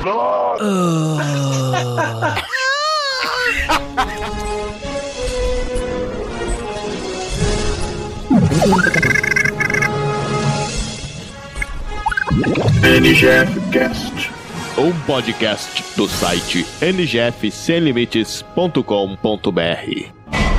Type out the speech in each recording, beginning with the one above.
NGFcast, um podcast do site ngfsemlimites.com.br.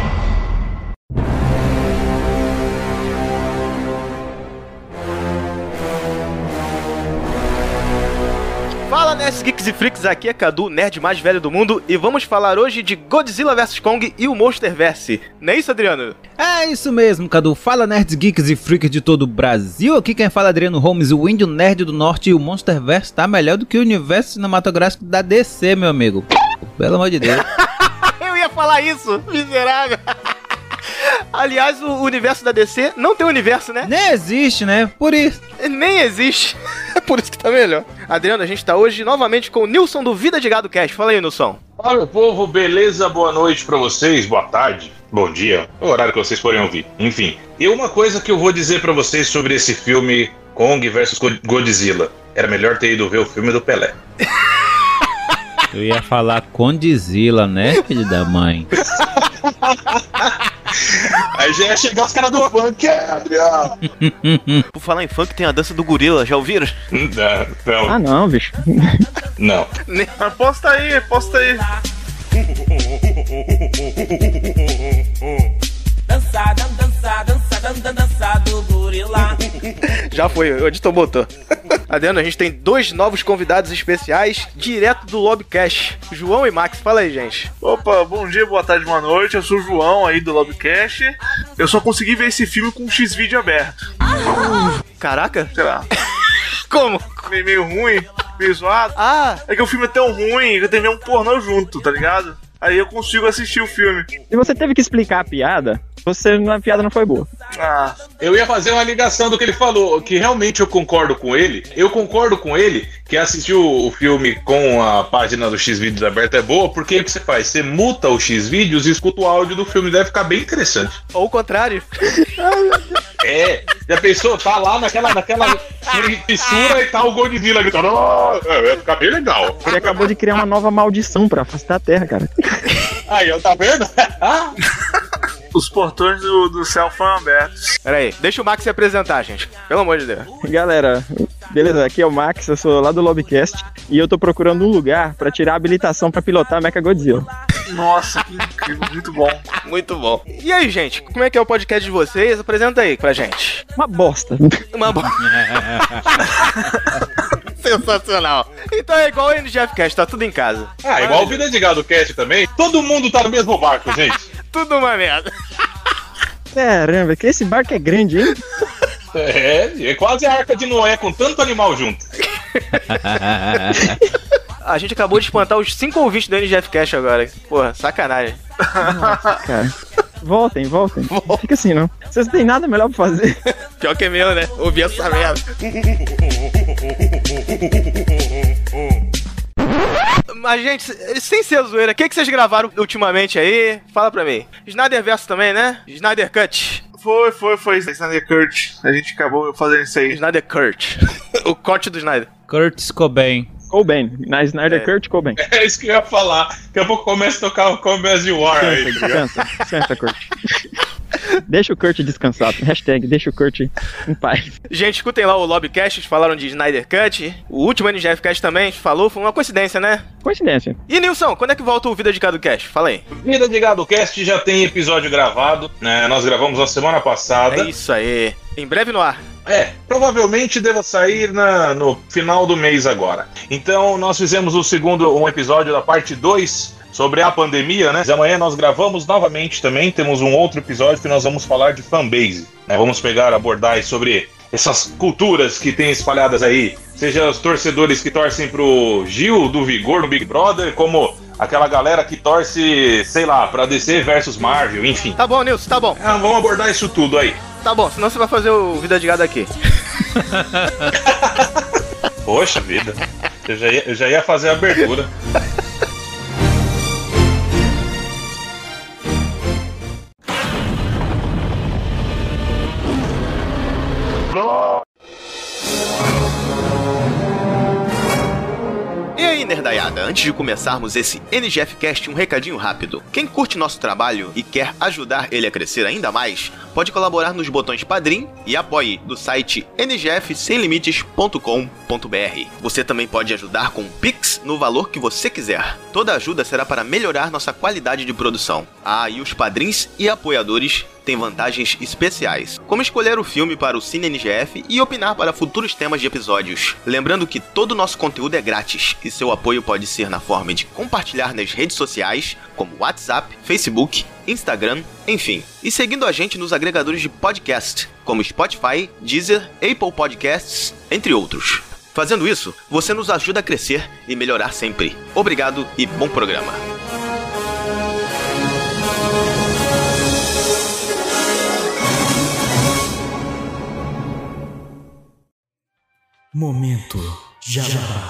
Fala, nerds, geeks e freaks, aqui é Cadu, nerd mais velho do mundo, e vamos falar hoje de Godzilla vs Kong e o Monsterverse. Não é isso, Adriano? É isso mesmo, Cadu. Fala, nerds, geeks e freaks de todo o Brasil. Aqui quem fala é Adriano Holmes, o índio nerd do norte, e o Monsterverse tá melhor do que o universo cinematográfico da DC, meu amigo. Pelo amor de Deus. Eu ia falar isso, miserável. Aliás, o universo da DC não tem universo, né? Nem existe, né? Por isso. Nem existe. É por isso que tá melhor. Adriano, a gente tá hoje novamente com o Nilson do Vida de Gado Cast. Fala aí, Nilson. Fala, meu povo, beleza? Boa noite pra vocês, boa tarde, bom dia, o horário que vocês forem ouvir. Enfim, e uma coisa que eu vou dizer pra vocês sobre esse filme Kong vs Godzilla. Era melhor ter ido ver o filme do Pelé. Eu ia falar Condzilla, né, filho da mãe? Aí já ia chegar os caras do funk, Adriano. Por falar em funk, tem a dança do gorila, já ouviram? Não. Ah, não, bicho. Não. Posta aí. Dança do gorila. Já foi, o editor botou. Adriano, a gente tem dois novos convidados especiais, direto do Lobcast. João e Max, fala aí, gente. Opa, bom dia, boa tarde, boa noite. Eu sou o João aí do Lobcast. Eu só consegui ver esse filme com o X-Video aberto. Caraca. Sei lá, Como? meio ruim, meio zoado. Ah, É que o filme é tão ruim que eu tenho que ver um pornô junto, tá ligado? Aí eu consigo assistir o filme. Se você teve que explicar a piada, a piada não foi boa. Ah, Eu ia fazer uma ligação do que ele falou, que realmente eu concordo com ele. Eu concordo com ele que assistir o filme com a página do X-Vídeos aberta é boa, porque o que você faz? Você muta o X-Vídeos e escuta o áudio do filme, deve ficar bem interessante. ou o contrário. É, já pensou? Tá lá naquela fissura e tá o Godzilla gritando. Oh! Vai ficar bem legal. Ele acabou de criar uma nova maldição pra afastar a Terra, cara. Aí, ó, tá vendo? os portões do céu foram abertos. Pera aí, deixa o Max se apresentar, gente. Pelo amor de Deus. Galera, beleza? Aqui é o Max, eu sou lá do Lobcast e eu tô procurando um lugar pra tirar a habilitação pra pilotar a Mechagodzilla. Nossa, que incrível, muito bom. Muito bom. E aí, gente, como é que é o podcast de vocês? Apresenta aí pra gente. Uma bosta. Uma boa. Sensacional. Então é igual o NGFcast, tá tudo em casa. Ah, igual o Vida de Gado Cast também. Todo mundo tá no mesmo barco, gente. Tudo uma merda. Caramba, que esse barco é grande, hein? É quase a Arca de Noé com tanto animal junto. A gente acabou de espantar os 5 ouvintes do NGFcast agora. Porra, sacanagem. Nossa, cara. Voltem. Fica assim, não. Vocês não têm nada melhor pra fazer. Pior que é meu, né? Ouvir essa merda. Mas, gente, sem ser zoeira, o que vocês gravaram ultimamente aí? Fala pra mim. Snyderverse também, né? Snyder Cut. Foi Snyder Cut. A gente acabou fazendo isso aí. Snyder Cut. O corte do Snyder. Curtis Cobain. Cobain. Na Snyder Kurt Cobain. É isso que eu ia falar. Daqui a pouco começa a tocar o Combat War aí. Descansa, Kurt. Deixa o Kurt descansar. Hashtag deixa o Kurt em paz. Gente, escutem lá o Lobcast, eles falaram de Snyder Cut. O último NGFcast também, a gente falou, foi uma coincidência, né? Coincidência. E, Nilson, quando é que volta o Vida de Gado Cast? Fala aí. Vida de Gado Cast já tem episódio gravado, né? Nós gravamos na semana passada. É isso aí. Em breve no ar. Provavelmente deva sair no final do mês agora. Então, nós fizemos um episódio da parte 2 sobre a pandemia, né? Amanhã nós gravamos novamente também, temos um outro episódio que nós vamos falar de fanbase, né? Vamos abordar sobre essas culturas que tem espalhadas aí, seja os torcedores que torcem pro Gil do Vigor no Big Brother, como aquela galera que torce, sei lá, pra DC versus Marvel, enfim. Tá bom, Nilson, tá bom. Vamos abordar isso tudo aí. Tá bom, senão você vai fazer o Vida de Gado aqui. Poxa vida, eu já ia fazer a abertura. Ei, nerdaiada, antes de começarmos esse NGF Cast, um recadinho rápido. Quem curte nosso trabalho e quer ajudar ele a crescer ainda mais, pode colaborar nos botões Padrim e Apoie do site ngfsemlimites.com.br. Você também pode ajudar com Pix no valor que você quiser. Toda ajuda será para melhorar nossa qualidade de produção. Ah, e os padrinhos e apoiadores têm vantagens especiais, como escolher o filme para o Cine NGF e opinar para futuros temas de episódios. Lembrando que todo o nosso conteúdo é grátis e seu apoio pode ser na forma de compartilhar nas redes sociais, como WhatsApp, Facebook, Instagram, enfim. E seguindo a gente nos agregadores de podcast, como Spotify, Deezer, Apple Podcasts, entre outros. Fazendo isso, você nos ajuda a crescer e melhorar sempre. Obrigado e bom programa. Momento Jabá.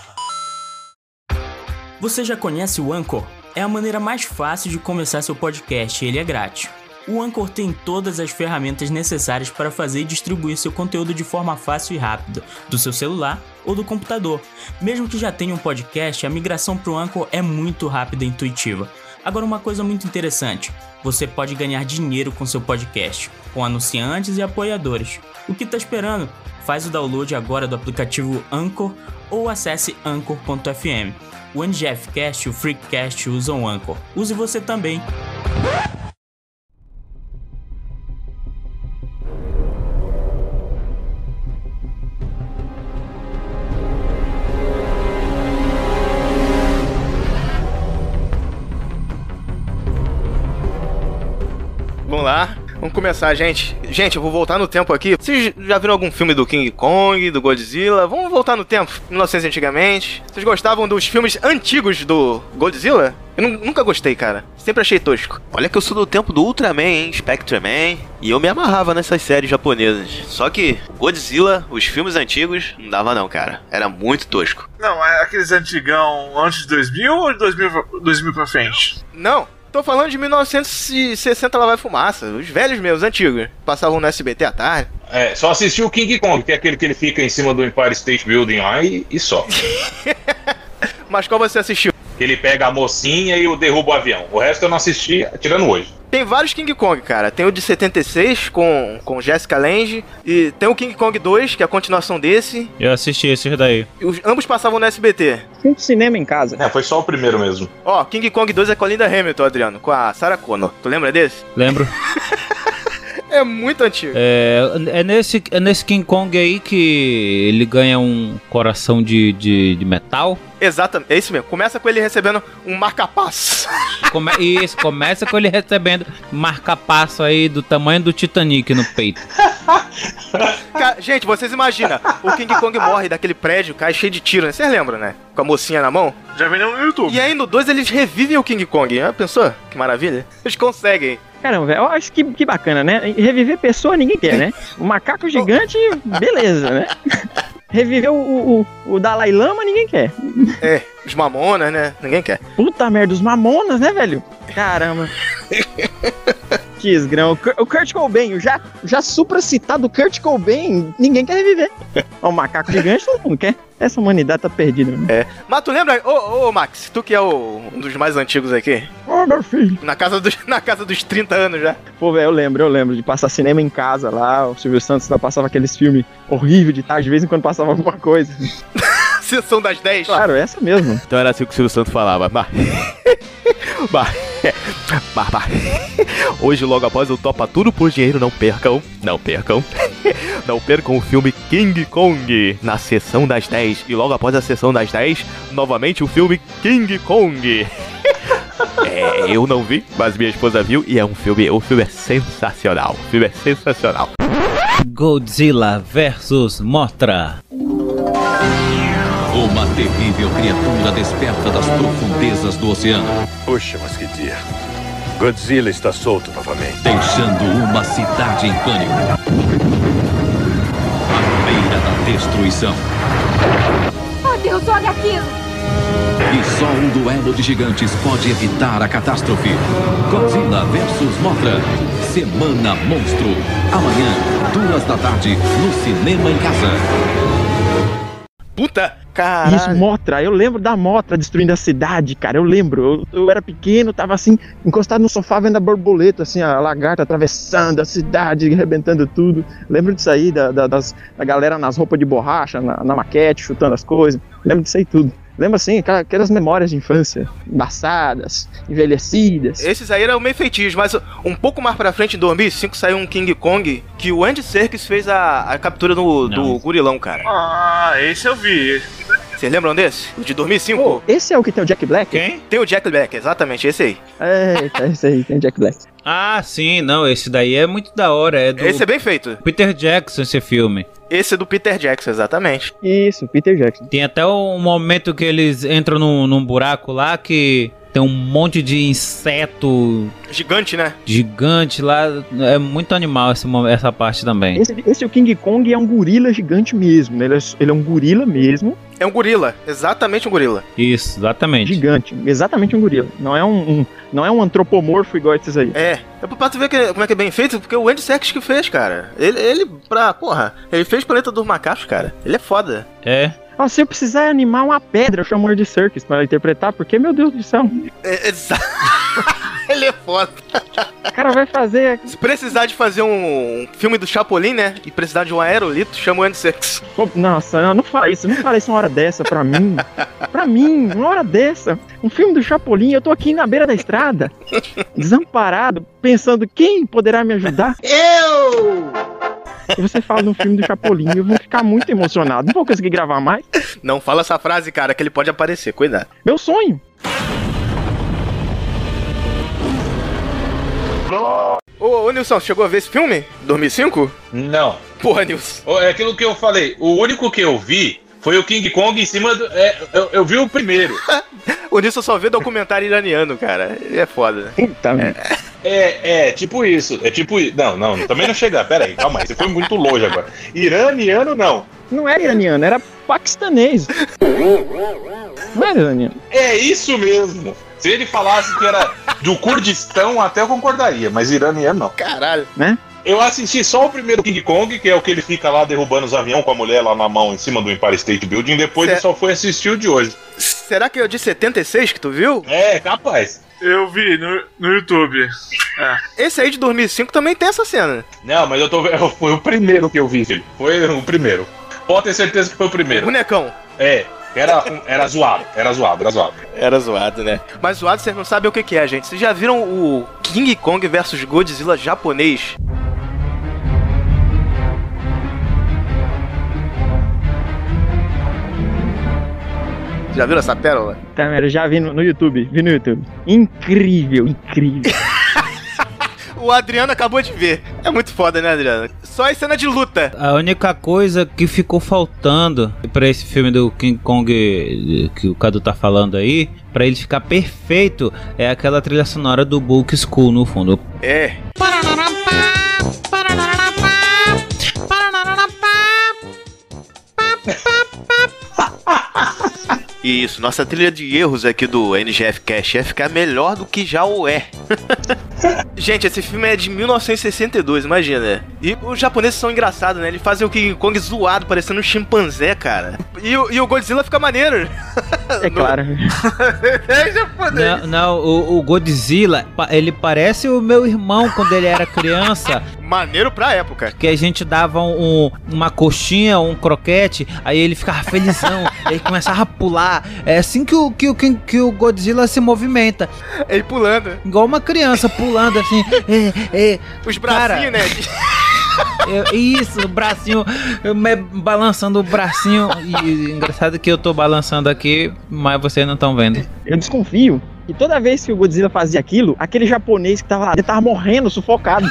Você já conhece o Anchor? É a maneira mais fácil de começar seu podcast e ele é grátis. O Anchor tem todas as ferramentas necessárias para fazer e distribuir seu conteúdo de forma fácil e rápida, do seu celular ou do computador. Mesmo que já tenha um podcast, a migração para o Anchor é muito rápida e intuitiva. Agora, uma coisa muito interessante, você pode ganhar dinheiro com seu podcast, com anunciantes e apoiadores. O que está esperando? Faz o download agora do aplicativo Anchor ou acesse anchor.fm. O NGF Cast e o Freakcast usam o Anchor. Use você também. Vamos lá. Vamos começar, gente. Gente, eu vou voltar no tempo aqui. Vocês já viram algum filme do King Kong, do Godzilla? Vamos voltar no tempo, 1900 antigamente. Vocês gostavam dos filmes antigos do Godzilla? Eu nunca gostei, cara. Sempre achei tosco. Olha que eu sou do tempo do Ultraman, hein? Spectreman. E eu me amarrava nessas séries japonesas. Só que Godzilla, os filmes antigos, não dava não, cara. Era muito tosco. Não, é aqueles antigão antes de 2000 ou de 2000 pra frente? Não. Tô falando de 1960 Lá Vai Fumaça. Os velhos meus, antigos. Passavam no SBT à tarde. É, só assistir o King Kong, que é aquele que ele fica em cima do Empire State Building lá e só. Mas qual você assistiu? Que ele pega a mocinha e derruba o avião. O resto eu não assisti, tirando hoje. Tem vários King Kong, cara. Tem o de 76 com Jessica Lange. E tem o King Kong 2, que é a continuação desse. Eu assisti esses daí. Ambos passavam no SBT. Um cinema em casa. É, foi só o primeiro mesmo. Ó, King Kong 2 é com a Linda Hamilton, Adriano. Com a Sarah Connor. Tu lembra desse? Lembro. É muito antigo. É nesse King Kong aí que ele ganha um coração de metal. Exatamente, é isso mesmo. Começa com ele recebendo um marca-passo. Isso, começa com ele recebendo marca-passo aí do tamanho do Titanic no peito. Gente, vocês imaginam, o King Kong morre daquele prédio, cai cheio de tiro, né? Vocês lembram, né? Com a mocinha na mão. Já vem no YouTube. E aí no 2 eles revivem o King Kong. Já pensou? Que maravilha. Eles conseguem. Caramba, velho, eu acho que bacana, né? Reviver pessoa ninguém quer, né? O macaco gigante, beleza, né? Reviver o Dalai Lama ninguém quer. É, os Mamonas, né? Ninguém quer. Puta merda, os Mamonas, né, velho? Caramba. Que esgrão. O Kurt Cobain, já supracitado Kurt Cobain, ninguém quer reviver. O macaco gigante todo mundo quer. Essa humanidade tá perdida, né? É. Mas tu lembra... Ô, Max, tu que é um dos mais antigos aqui. Ô, meu filho. Na casa dos 30 anos já. Pô, velho, eu lembro de passar cinema em casa lá. O Silvio Santos lá passava aqueles filmes horríveis de tarde, de vez em quando passava alguma coisa. Sessão das 10. Claro, essa mesmo. Então era assim que o Silvio Santos falava. Hoje, logo após o Topa Tudo por Dinheiro, não percam o filme King Kong na sessão das 10. E logo após a sessão das 10, novamente o filme King Kong. Eu não vi, mas minha esposa viu e o filme é sensacional. O filme é sensacional. Godzilla vs Mothra. Uma terrível criatura desperta das profundezas do oceano. Puxa, mas que dia. Godzilla está solto novamente. Deixando uma cidade em pânico. À beira da destruição. Oh Deus, olha aquilo! E só um duelo de gigantes pode evitar a catástrofe. Godzilla vs Mothra. Semana Monstro. Amanhã, 2 da tarde, no Cinema em Casa. Puta! Caralho. Isso, Mothra. Eu lembro da Mothra destruindo a cidade, cara. Eu lembro. Eu era pequeno, tava assim, encostado no sofá vendo a borboleta, assim, a lagarta atravessando a cidade, arrebentando tudo. Lembro disso aí, da galera nas roupas de borracha, na maquete, chutando as coisas. Lembro disso aí tudo. Lembro assim, aquelas memórias de infância, embaçadas, envelhecidas. Esses aí eram meio feitios, mas um pouco mais pra frente, em 2005, saiu um King Kong que o Andy Serkis fez a captura do gorilão, cara. Ah, esse eu vi. Vocês lembram desse? O de 2005? Pô, esse é o que tem o Jack Black? Quem? Tem o Jack Black, exatamente, esse aí. Eita, esse aí, tem o Jack Black. Ah, sim, não, esse daí é muito da hora. É do Esse é bem feito. Peter Jackson, esse filme. Esse é do Peter Jackson, exatamente. Isso, Peter Jackson. Tem até um momento que eles entram num buraco lá que tem um monte de inseto Gigante, né? gigante lá. É muito animal essa parte também. Esse o King Kong é um gorila gigante mesmo, né? Ele é um gorila mesmo. É um gorila, exatamente um gorila. Isso, exatamente. Gigante, exatamente um gorila. Não é um antropomorfo igual esses aí. É pra tu ver como é que é bem feito, porque o Andy Serkis que fez, cara. Ele ele fez Planeta dos Macacos, cara. Ele é foda. É. Ah, se eu precisar animar uma pedra, eu chamo o Andy Serkis pra interpretar, porque, meu Deus do céu. Exato. Ele é foda. O cara vai fazer... Se precisar de fazer um filme do Chapolin, né? E precisar de um aerolito, chama o Andy Serkis. Nossa, não fala isso. Não fala isso uma hora dessa pra mim. Pra mim, uma hora dessa. Um filme do Chapolin, eu tô aqui na beira da estrada, desamparado, pensando quem poderá me ajudar. Eu! E você fala de um filme do Chapolin, eu vou ficar muito emocionado. Não vou conseguir gravar mais. Não fala essa frase, cara, que ele pode aparecer. Cuidado. Meu sonho. Ô, Nilson, chegou a ver esse filme? 2005? Não. Porra, Nilson. É aquilo que eu falei. O único que eu vi foi o King Kong em cima do... eu vi o primeiro. O Nilson só vê documentário iraniano, cara. Ele é foda, né? Puta merda. Tipo isso. É tipo... Não, também não chega. Pera aí, calma aí. Você foi muito longe agora. Iraniano, não. Não era iraniano, era paquistanês. Não era iraniano. É isso mesmo. Se ele falasse que era do Kurdistão, até eu concordaria. Mas iraniano, não. Caralho. Né? Eu assisti só o primeiro King Kong, que é o que ele fica lá derrubando os aviões com a mulher lá na mão em cima do Empire State Building. Depois eu só fui assistir o de hoje. Será que é o de 76 que tu viu? É, capaz. Eu vi no YouTube. Esse aí de 2005 também tem essa cena. Não, mas foi o primeiro que eu vi, filho. Foi o primeiro. Pode ter certeza que foi o primeiro. Bonecão. Era zoado. Era zoado, né? Mas zoado vocês não sabem o que é, gente. Vocês já viram o King Kong vs Godzilla japonês? Já viram essa pérola? Tá, eu já vi no YouTube. Incrível. O Adriano acabou de ver. É muito foda, né, Adriano? Só a cena de luta. A única coisa que ficou faltando pra esse filme do King Kong que o Cadu tá falando aí, pra ele ficar perfeito, é aquela trilha sonora do Book School no fundo. É. Isso, nossa trilha de erros aqui do NGF Cast ia ficar melhor do que já o é. Gente, esse filme é de 1962, imagina. E os japoneses são engraçados, né? Eles fazem o King Kong zoado, parecendo um chimpanzé, cara. E o Godzilla fica maneiro. É claro. Não, o Godzilla, ele parece o meu irmão quando ele era criança. Maneiro pra época. Que a gente dava uma coxinha, um croquete, aí ele ficava felizão, aí começava a pular. É assim que o Godzilla se movimenta. Ele pulando. Igual uma criança pulando assim. Os bracinhos, né? Isso, o bracinho, balançando o bracinho. E engraçado que eu tô balançando aqui, mas vocês não estão vendo. Eu desconfio que toda vez que o Godzilla fazia aquilo, aquele japonês que tava lá, ele tava morrendo, sufocado.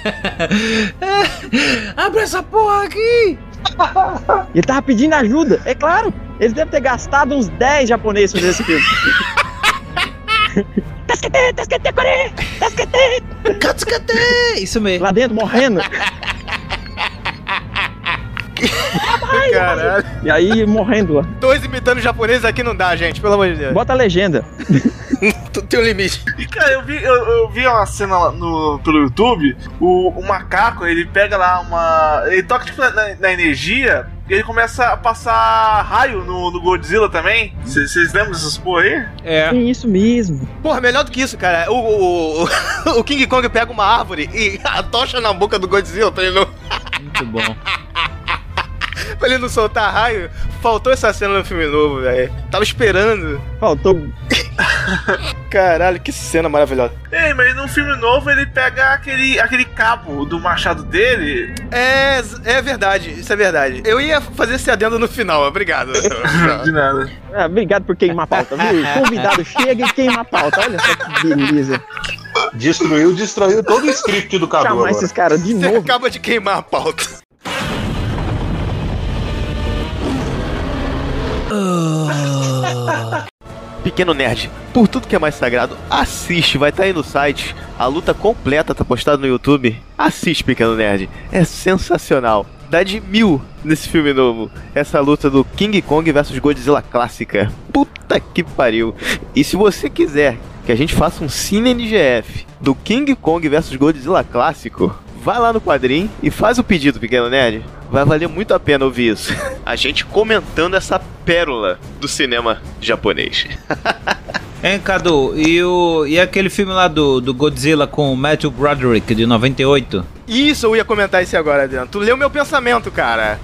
Abre essa porra aqui! Ele tava pedindo ajuda, é claro. Eles devem ter gastado uns 10 japoneses fazendo esse filme. Isso mesmo. Lá dentro, morrendo. Caralho. E aí, morrendo lá. Dois imitando japonês aqui não dá, gente, pelo amor de Deus. Bota a legenda. Tudo tem um limite. E cara, eu vi uma cena lá pelo YouTube. O macaco, ele pega lá ele toca tipo na energia E ele começa a passar raio no Godzilla também. Vocês lembram dessas porra aí? É isso mesmo. Porra, melhor do que isso, cara. O King Kong pega uma árvore e atocha na boca do Godzilla pra ele não... Muito bom. Pra ele não soltar raio. Faltou essa cena no filme novo, velho. Tava esperando. Faltou. Caralho, que cena maravilhosa. Ei, mas no filme novo ele pega aquele cabo do machado dele. É verdade, isso é verdade. Eu ia fazer esse adendo no final, obrigado. De nada. Obrigado por queimar a pauta, viu? O convidado chega e queima a pauta. Olha só que beleza. Destruiu todo o script do Cadu. Chamar esses caras de Você novo. acaba de queimar a pauta. Pequeno Nerd, por tudo que é mais sagrado, assiste, vai estar aí no site. A luta completa tá postada no YouTube. Assiste, Pequeno Nerd, é sensacional. Dá de 1000 nesse filme novo. Essa luta do King Kong versus Godzilla clássica. Puta que pariu. E se você quiser que a gente faça um Cine NGF do King Kong versus Godzilla clássico, vai lá no Padrim e faz o pedido, Pequeno Nerd. Vai valer muito a pena ouvir isso. A gente comentando essa pérola do cinema japonês. Hein, Cadu, e aquele filme lá do Godzilla com o Matthew Broderick, de 98? Isso, eu ia comentar isso agora, Adriano. Tu leu meu pensamento, cara.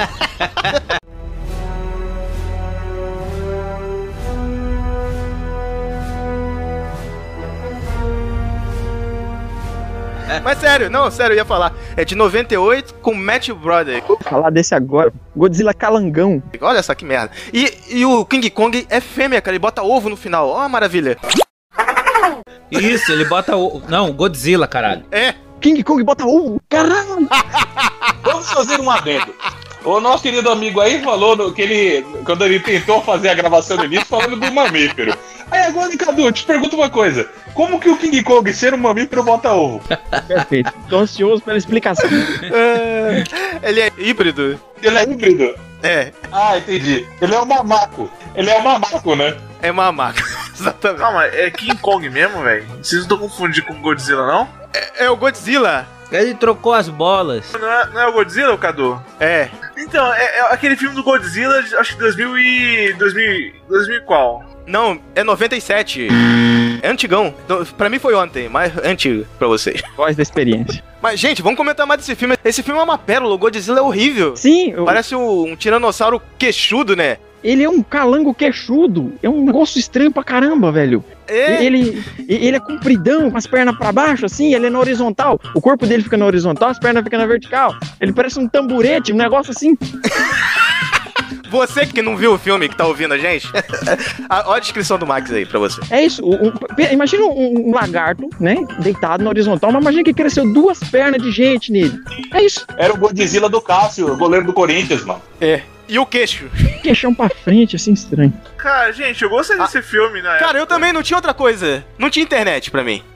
Mas sério, eu ia falar. É de 98 com Matthew Broderick. Vou falar desse agora. Godzilla calangão. Olha só que merda. E o King Kong é fêmea, cara. Ele bota ovo no final. Ó, maravilha. Isso, ele bota ovo. Não, Godzilla, caralho. É. King Kong bota ovo. Caralho. Vamos fazer um adendo. O nosso querido amigo aí falou que ele, quando ele tentou fazer a gravação do início, falando do mamífero. Aí agora, Cadu, eu te pergunto uma coisa. Como que o King Kong, ser um mamífero, bota ovo? Perfeito. Tô ansioso pela explicação. Ele é híbrido. Ele é híbrido? É. Ah, entendi. Ele é um mamaco. Ele é um mamaco, né? É mamaco. Exatamente. Calma, é King Kong mesmo, velho? Vocês não estão confundindo com Godzilla, não? É o Godzilla. Ele trocou as bolas. Não é o Godzilla, Cadu? É. Então, é aquele filme do Godzilla, acho que 2000 qual? Não, é 97. É antigão. Pra mim foi ontem, mas é antigo pra vocês. Voz da experiência. Mas, gente, vamos comentar mais desse filme. Esse filme é uma pérola, o Godzilla é horrível. Sim. Parece um tiranossauro queixudo, né? Ele é um calango queixudo. É um negócio estranho pra caramba, velho. É. Ele é compridão, com as pernas pra baixo, assim, ele é na horizontal. O corpo dele fica na horizontal, as pernas ficam na vertical. Ele parece um tamborete, um negócio assim. Você que não viu o filme, que tá ouvindo a gente, olha a descrição do Max aí pra você. É isso, imagina um lagarto, né, deitado na horizontal, mas imagina que cresceu 2 pernas de gente nele. É isso. Era o Godzilla do Cássio, o goleiro do Corinthians, mano. É. E o queixo? Queixão pra frente, assim, estranho. Cara, gente, eu gostei desse filme, né? Cara, eu também não tinha outra coisa. Não tinha internet pra mim.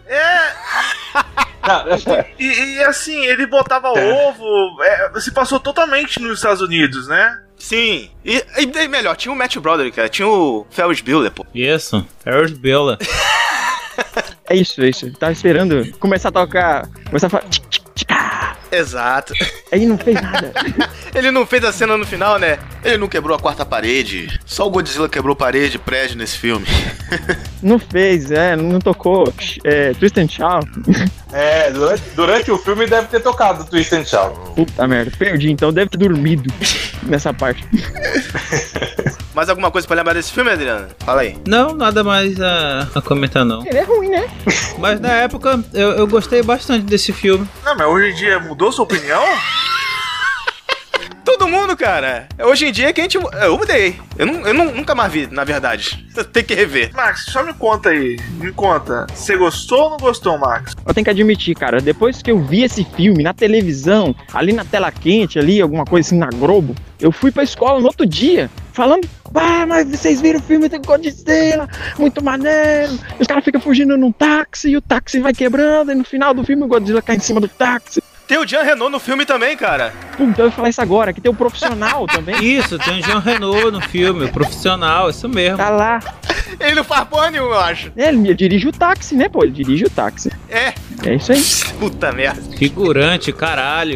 E assim, ele botava ovo, se passou totalmente nos Estados Unidos, né? Sim. E melhor, tinha o Matthew Broderick, cara. Tinha o Ferris Bueller, pô. Isso, Ferris Bueller. É isso. Ele tava esperando começar a tocar, começar a falar... Exato. Aí não fez nada. Ele não fez a cena no final, né? Ele não quebrou a 4ª parede. Só o Godzilla quebrou parede e prédio nesse filme. Não fez, não tocou. Twist and Shout. Durante o filme deve ter tocado Twist and Shout. Puta merda, perdi, então deve ter dormido nessa parte. Mais alguma coisa pra lembrar desse filme, Adriano? Fala aí. Não, nada mais a comentar, não. Ele é ruim, né? Mas na época eu gostei bastante desse filme. Não, mas hoje em dia mudou sua opinião? Todo mundo, cara. Hoje em dia é que a gente... Eu mudei. Eu nunca mais vi, na verdade. Tem que rever. Max, só me conta aí. Me conta. Você gostou ou não gostou, Max? Eu tenho que admitir, cara. Depois que eu vi esse filme na televisão, ali na tela quente, ali, alguma coisa assim na Globo, eu fui pra escola no outro dia, falando... mas vocês viram o filme do Godzilla? Muito maneiro. Os caras ficam fugindo num táxi, e o táxi vai quebrando, e no final do filme o Godzilla cai em cima do táxi. Tem o Jean Reno no filme também, cara. Então eu ia falar isso agora, que tem o Profissional também. Isso, tem o Jean Reno no filme, o Profissional, isso mesmo. Tá lá. Ele não faz porra nenhuma, eu acho. Ele dirige o táxi, né, pô? Ele dirige o táxi. É isso aí. Puta merda. Figurante, caralho.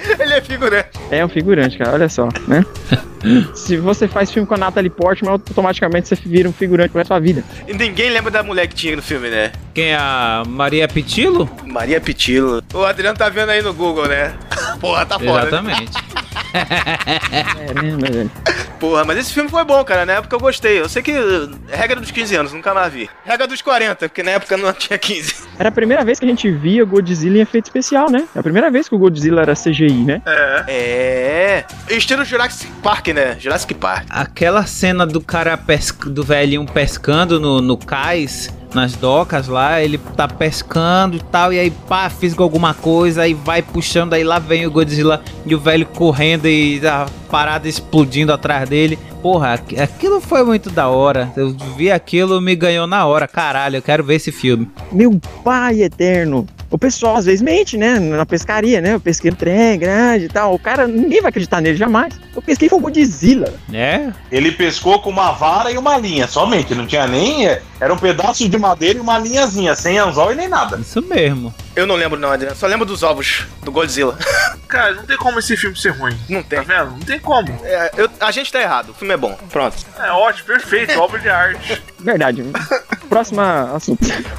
Ele é figurante. É um figurante, cara, olha só, né? Se você faz filme com a Natalie Portman, automaticamente você vira um figurante pro resto da sua vida. E ninguém lembra da mulher que tinha no filme, né? Quem é a Maria Pitillo? Maria Pitillo. O Adriano tá vendo aí no Google, né? Porra, tá foda. Exatamente. É, né, velho? Porra, mas esse filme foi bom, cara. Na época eu gostei. Eu sei que regra dos 15 anos, nunca mais vi. Regra dos 40, porque na época não tinha 15. Era a primeira vez que a gente via Godzilla em efeito especial, né? É a primeira vez que o Godzilla era CGI, né? É. Estilo Jurassic Park, né? Jurassic Park. Aquela cena do cara do velhinho pescando no cais, nas docas lá, ele tá pescando e tal, e aí pá, fisga alguma coisa, aí vai puxando, aí lá vem o Godzilla e o velho correndo e a parada explodindo atrás dele. Porra, aquilo foi muito da hora. Eu vi aquilo, me ganhou na hora. Caralho, eu quero ver esse filme. Meu pai eterno. O pessoal às vezes mente, né? Na pescaria, né? Eu pesquei um trem grande e tal. O cara, ninguém vai acreditar nele jamais. Eu pesquei foi um Godzilla. É? Ele pescou com uma vara e uma linha, somente. Não tinha nem... Era um pedaço de madeira e uma linhazinha, sem anzol e nem nada. Isso mesmo. Eu não lembro não, Adriano. Só lembro dos ovos do Godzilla. Cara, não tem como esse filme ser ruim. Não tem. Tá vendo? Não tem como. A gente tá errado. O filme é bom. Pronto. É ótimo, perfeito. Obra de arte. Verdade. Próximo assunto.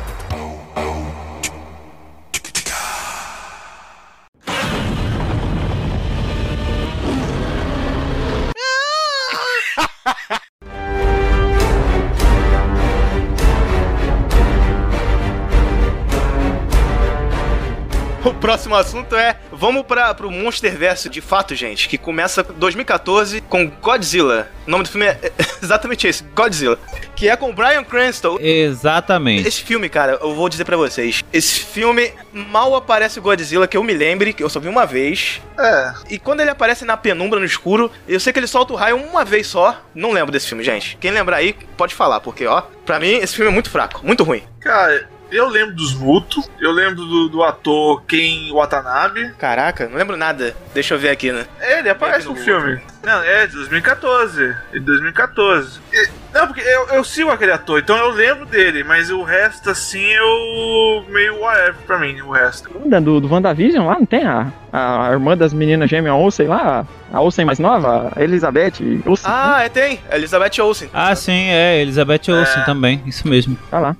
O próximo assunto é... Vamos pro Monsterverse de fato, gente. Que começa em 2014 com Godzilla. O nome do filme é exatamente esse, Godzilla. Que é com Bryan Cranston. Exatamente. Esse filme, cara, eu vou dizer pra vocês. Esse filme mal aparece o Godzilla, que eu me lembre, que eu só vi uma vez. E quando ele aparece na penumbra, no escuro, eu sei que ele solta o raio uma vez só. Não lembro desse filme, gente. Quem lembrar aí, pode falar, porque, ó, pra mim, esse filme é muito fraco, muito ruim. Cara... Eu lembro dos Muto, eu lembro do ator Ken Watanabe. Caraca, não lembro nada. Deixa eu ver aqui, né? Ele aparece no filme. Não, é de 2014. É de 2014. Não, porque eu sigo aquele ator, então eu lembro dele, mas o resto, assim, eu... meio whatever pra mim, o resto. Do WandaVision lá, não tem a irmã das meninas gêmeas Olsen lá? A Olsen mais nova? A Elizabeth Olsen. Ah, tem. Elizabeth Olsen. Ah, sim, é. Elizabeth Olsen também. Isso mesmo. Tá lá.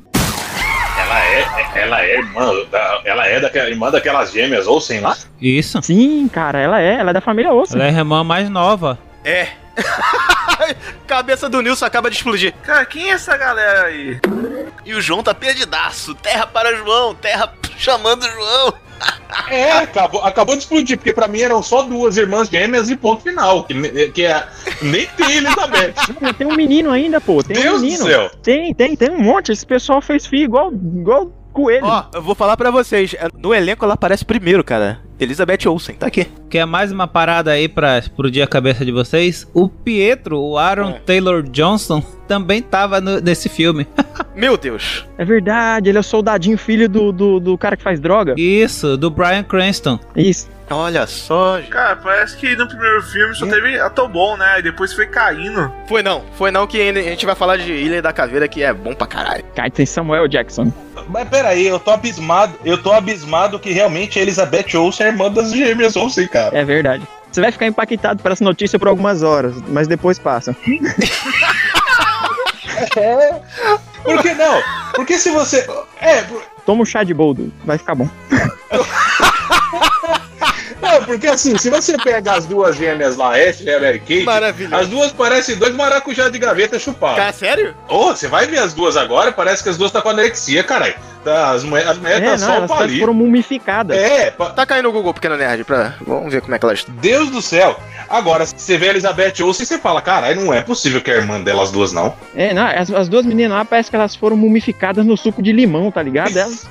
Ela é irmã daquelas gêmeas Olsen lá? Isso. Sim, cara, ela é da família Olsen. Ela é a irmã mais nova. É. Cabeça do Nilson acaba de explodir. Cara, quem é essa galera aí? E o João tá perdidaço. Terra para João, terra chamando o João. Acabou de explodir, porque pra mim eram só duas irmãs gêmeas e ponto final. Que é, nem tem Elizabeth. Tem um menino ainda, pô. Tem Deus um menino. do céu. Tem um monte. Esse pessoal fez filho igual coelho. Ó, eu vou falar pra vocês. No elenco ela aparece primeiro, cara. Elizabeth Olsen, tá aqui. Quer mais uma parada aí pro dia cabeça de vocês? O Pietro, o Aaron Taylor Johnson, também tava nesse filme. Meu Deus. É verdade, ele é o soldadinho filho do cara que faz droga. Isso, do Bryan Cranston. Isso. Olha só, gente. Cara, parece que no primeiro filme só teve ator bom, né? E depois foi caindo. Foi não que a gente vai falar de Ilha da Caveira, que é bom pra caralho. Cara, tem Samuel Jackson. Mas peraí, eu tô abismado que realmente a Elizabeth Olsen é irmã das gêmeas Olsen, cara. É verdade. Você vai ficar impactado por essa notícia por algumas horas, mas depois passa. Por que não? Porque se você... Toma um chá de boldo, vai ficar bom. Não, porque assim, se você pega as duas gêmeas lá, Ashley e Mary Kate, maravilha. As duas parecem dois maracujá de gaveta chupados. Cara, sério? Você vai ver as duas agora, parece que as duas tá com anorexia, caralho. As mulheres tá só o palito. Foram mumificadas. Tá caindo no Google, Pequeno Nerd, vamos ver como é que elas estão. Deus do céu. Agora, você vê a Elizabeth Olsen e você fala, caralho, não é possível que é a irmã delas duas, não. Não, as duas meninas lá parece que elas foram mumificadas no suco de limão, tá ligado? Elas...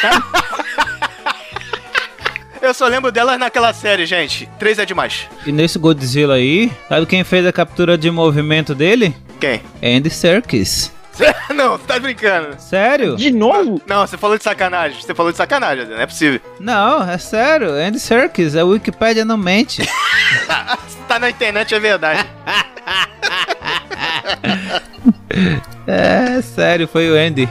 Eu só lembro delas naquela série, gente. 3 é demais. E nesse Godzilla aí, sabe quem fez a captura de movimento dele? Quem? Andy Serkis. Não, você tá brincando. Sério? De novo? Não, você falou de sacanagem. Não é possível. Não, é sério. Andy Serkis, a Wikipédia não mente. Tá na internet, é verdade. É sério, foi o Andy.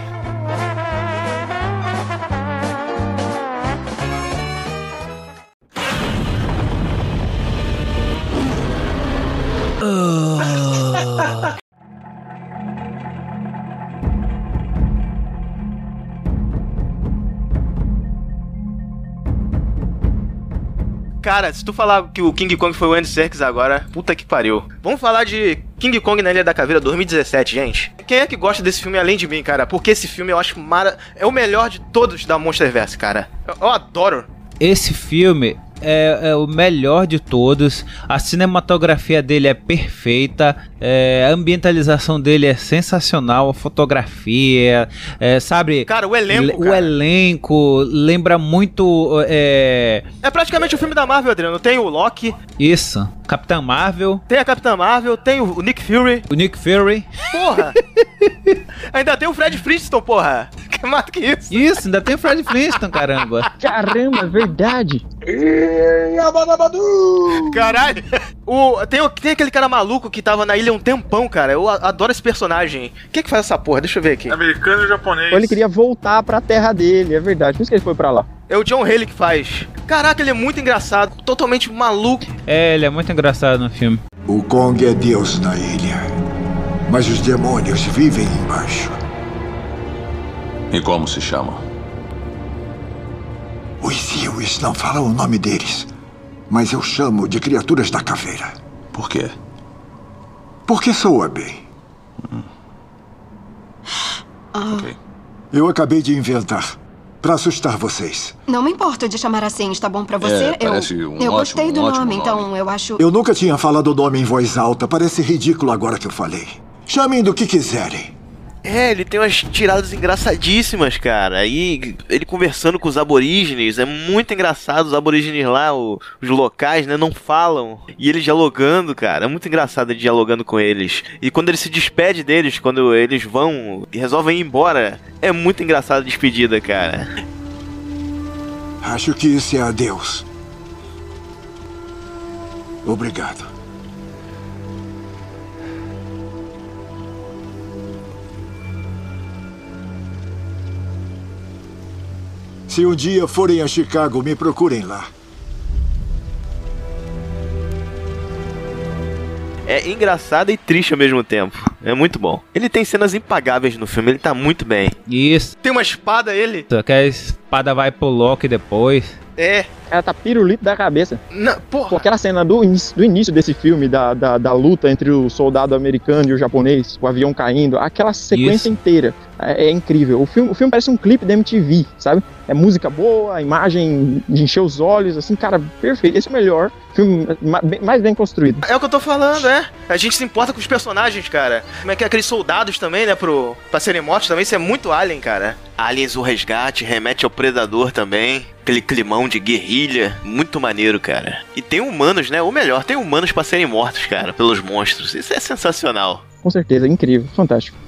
Cara, se tu falar que o King Kong foi o Andy Serkis agora, puta que pariu. Vamos falar de King Kong na Ilha da Caveira 2017, gente. Quem é que gosta desse filme além de mim, cara? Porque esse filme eu acho é o melhor de todos da Monsterverse, cara. Eu adoro. Esse filme é o melhor de todos. A cinematografia dele é perfeita, a ambientalização dele é sensacional, a fotografia, sabe? Cara, o elenco, O elenco lembra muito... É praticamente o filme da Marvel, Adriano. Tem o Loki. Isso. Capitã Marvel. Tem a Capitã Marvel, tem o Nick Fury. O Nick Fury. Porra! Ainda tem o Fred Flintstone, porra! Que mais que isso? Isso, ainda tem o Fred Flintstone, caramba. Caramba, verdade. Caralho! Tem aquele cara maluco que tava na ilha um tempão, cara. Eu adoro esse personagem. Quem é que faz essa porra? Deixa eu ver aqui. Americano e japonês. Ele queria voltar pra terra dele, é verdade. Por isso que ele foi pra lá. É o John Haley que faz. Caraca, ele é muito engraçado, totalmente maluco. Ele é muito engraçado no filme. O Kong é Deus na ilha, mas os demônios vivem embaixo. E como se chamam? Os Zius não falam o nome deles, mas eu chamo de criaturas da caveira. Por quê? Porque soa bem. Ok. Eu acabei de inventar. Pra assustar vocês. Não me importo de chamar assim, está bom pra você? Parece eu gostei do nome, então eu acho... Eu nunca tinha falado o nome em voz alta. Parece ridículo agora que eu falei. Chamem do que quiserem. Ele tem umas tiradas engraçadíssimas, cara. Aí ele conversando com os aborígenes, é muito engraçado. Os aborígenes lá, os locais, né, não falam. E ele dialogando, cara, é muito engraçado ele dialogando com eles. E quando ele se despede deles, quando eles vão e resolvem ir embora, é muito engraçado a despedida, cara. Acho que isso é adeus. Obrigado. Se um dia forem a Chicago, me procurem lá. É engraçado e triste ao mesmo tempo. É muito bom. Ele tem cenas impagáveis no filme, ele tá muito bem. Isso. Tem uma espada, ele. Só que a espada vai pro Loki depois. É. Ela tá pirulito da cabeça. Não, porra. Pô, aquela cena do início desse filme, da luta entre o soldado americano e o japonês, o avião caindo, aquela sequência inteira é incrível. O filme parece um clipe da MTV, sabe? É música boa, a imagem de encher os olhos, assim, cara, perfeito. Esse é o melhor filme, mais bem construído. É o que eu tô falando, é. A gente se importa com os personagens, cara. Como é que é aqueles soldados também, né, pra serem mortos também, isso é muito Alien, cara. Aliens, o resgate, remete ao Predador também. Aquele climão de guerrilha, muito maneiro, cara. E tem humanos, né? Ou melhor, tem humanos pra serem mortos, cara, pelos monstros. Isso é sensacional. Com certeza, incrível, fantástico.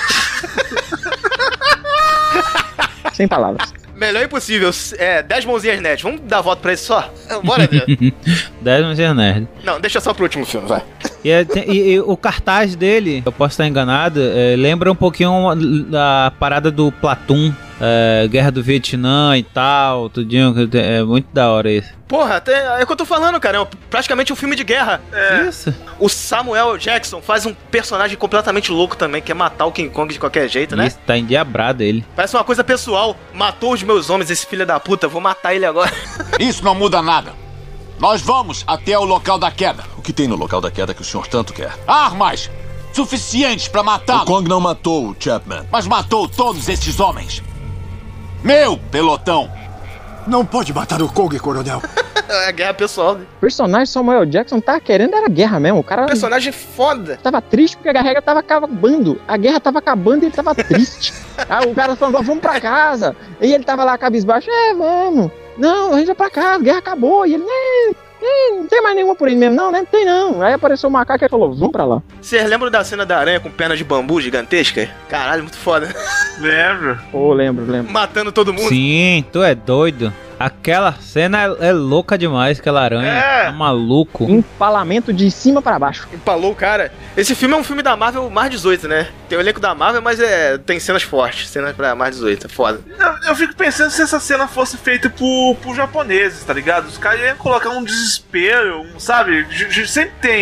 Sem palavras. Melhor impossível. 10 mãozinhas net. Vamos dar voto pra isso só? Bora, Adriano. 10 mãozinhas nerd. Não, deixa só pro último filme, vai. E o cartaz dele, eu posso estar enganado, lembra um pouquinho da parada do Platoon, Guerra do Vietnã e tal, tudinho, é muito da hora isso. Porra, é o que eu tô falando, cara, é praticamente um filme de guerra. Isso. O Samuel Jackson faz um personagem completamente louco também, que é matar o King Kong de qualquer jeito, né? Isso, tá endiabrado ele. Parece uma coisa pessoal. Matou os meus homens, esse filho da puta, vou matar ele agora. Isso não muda nada. Nós vamos até o local da queda. O que tem no local da queda que o senhor tanto quer? Armas suficientes pra matá-lo. O Kong não matou o Chapman. Mas matou todos esses homens. Meu pelotão. Não pode matar o Kong, coronel. É guerra pessoal, né? O personagem Samuel Jackson tá querendo era guerra mesmo. O cara. Personagem foda. Tava triste porque a guerra tava acabando. A guerra tava acabando e ele tava triste. Aí o cara falando, vamos pra casa. E ele tava lá cabisbaixo. Vamos. Não, a gente vai pra casa, a guerra acabou. E ele, não tem mais nenhuma por aí mesmo, não, né? Não tem não. Aí apareceu o macaco e falou, vamos pra lá. Vocês lembram da cena da aranha com perna de bambu gigantesca? Caralho, muito foda. Lembro. Pô, lembro. Matando todo mundo. Sim, tu é doido. Aquela cena é louca demais, aquela aranha. É maluco. Empalamento de cima pra baixo. Empalou o cara. Esse filme é um filme da Marvel mais 18, né? Tem o elenco da Marvel, mas tem cenas fortes. Cenas pra mais 18, é foda. Eu fico pensando se essa cena fosse feita por japoneses, tá ligado? Os caras iam colocar um desespero, sabe? Sempre tem.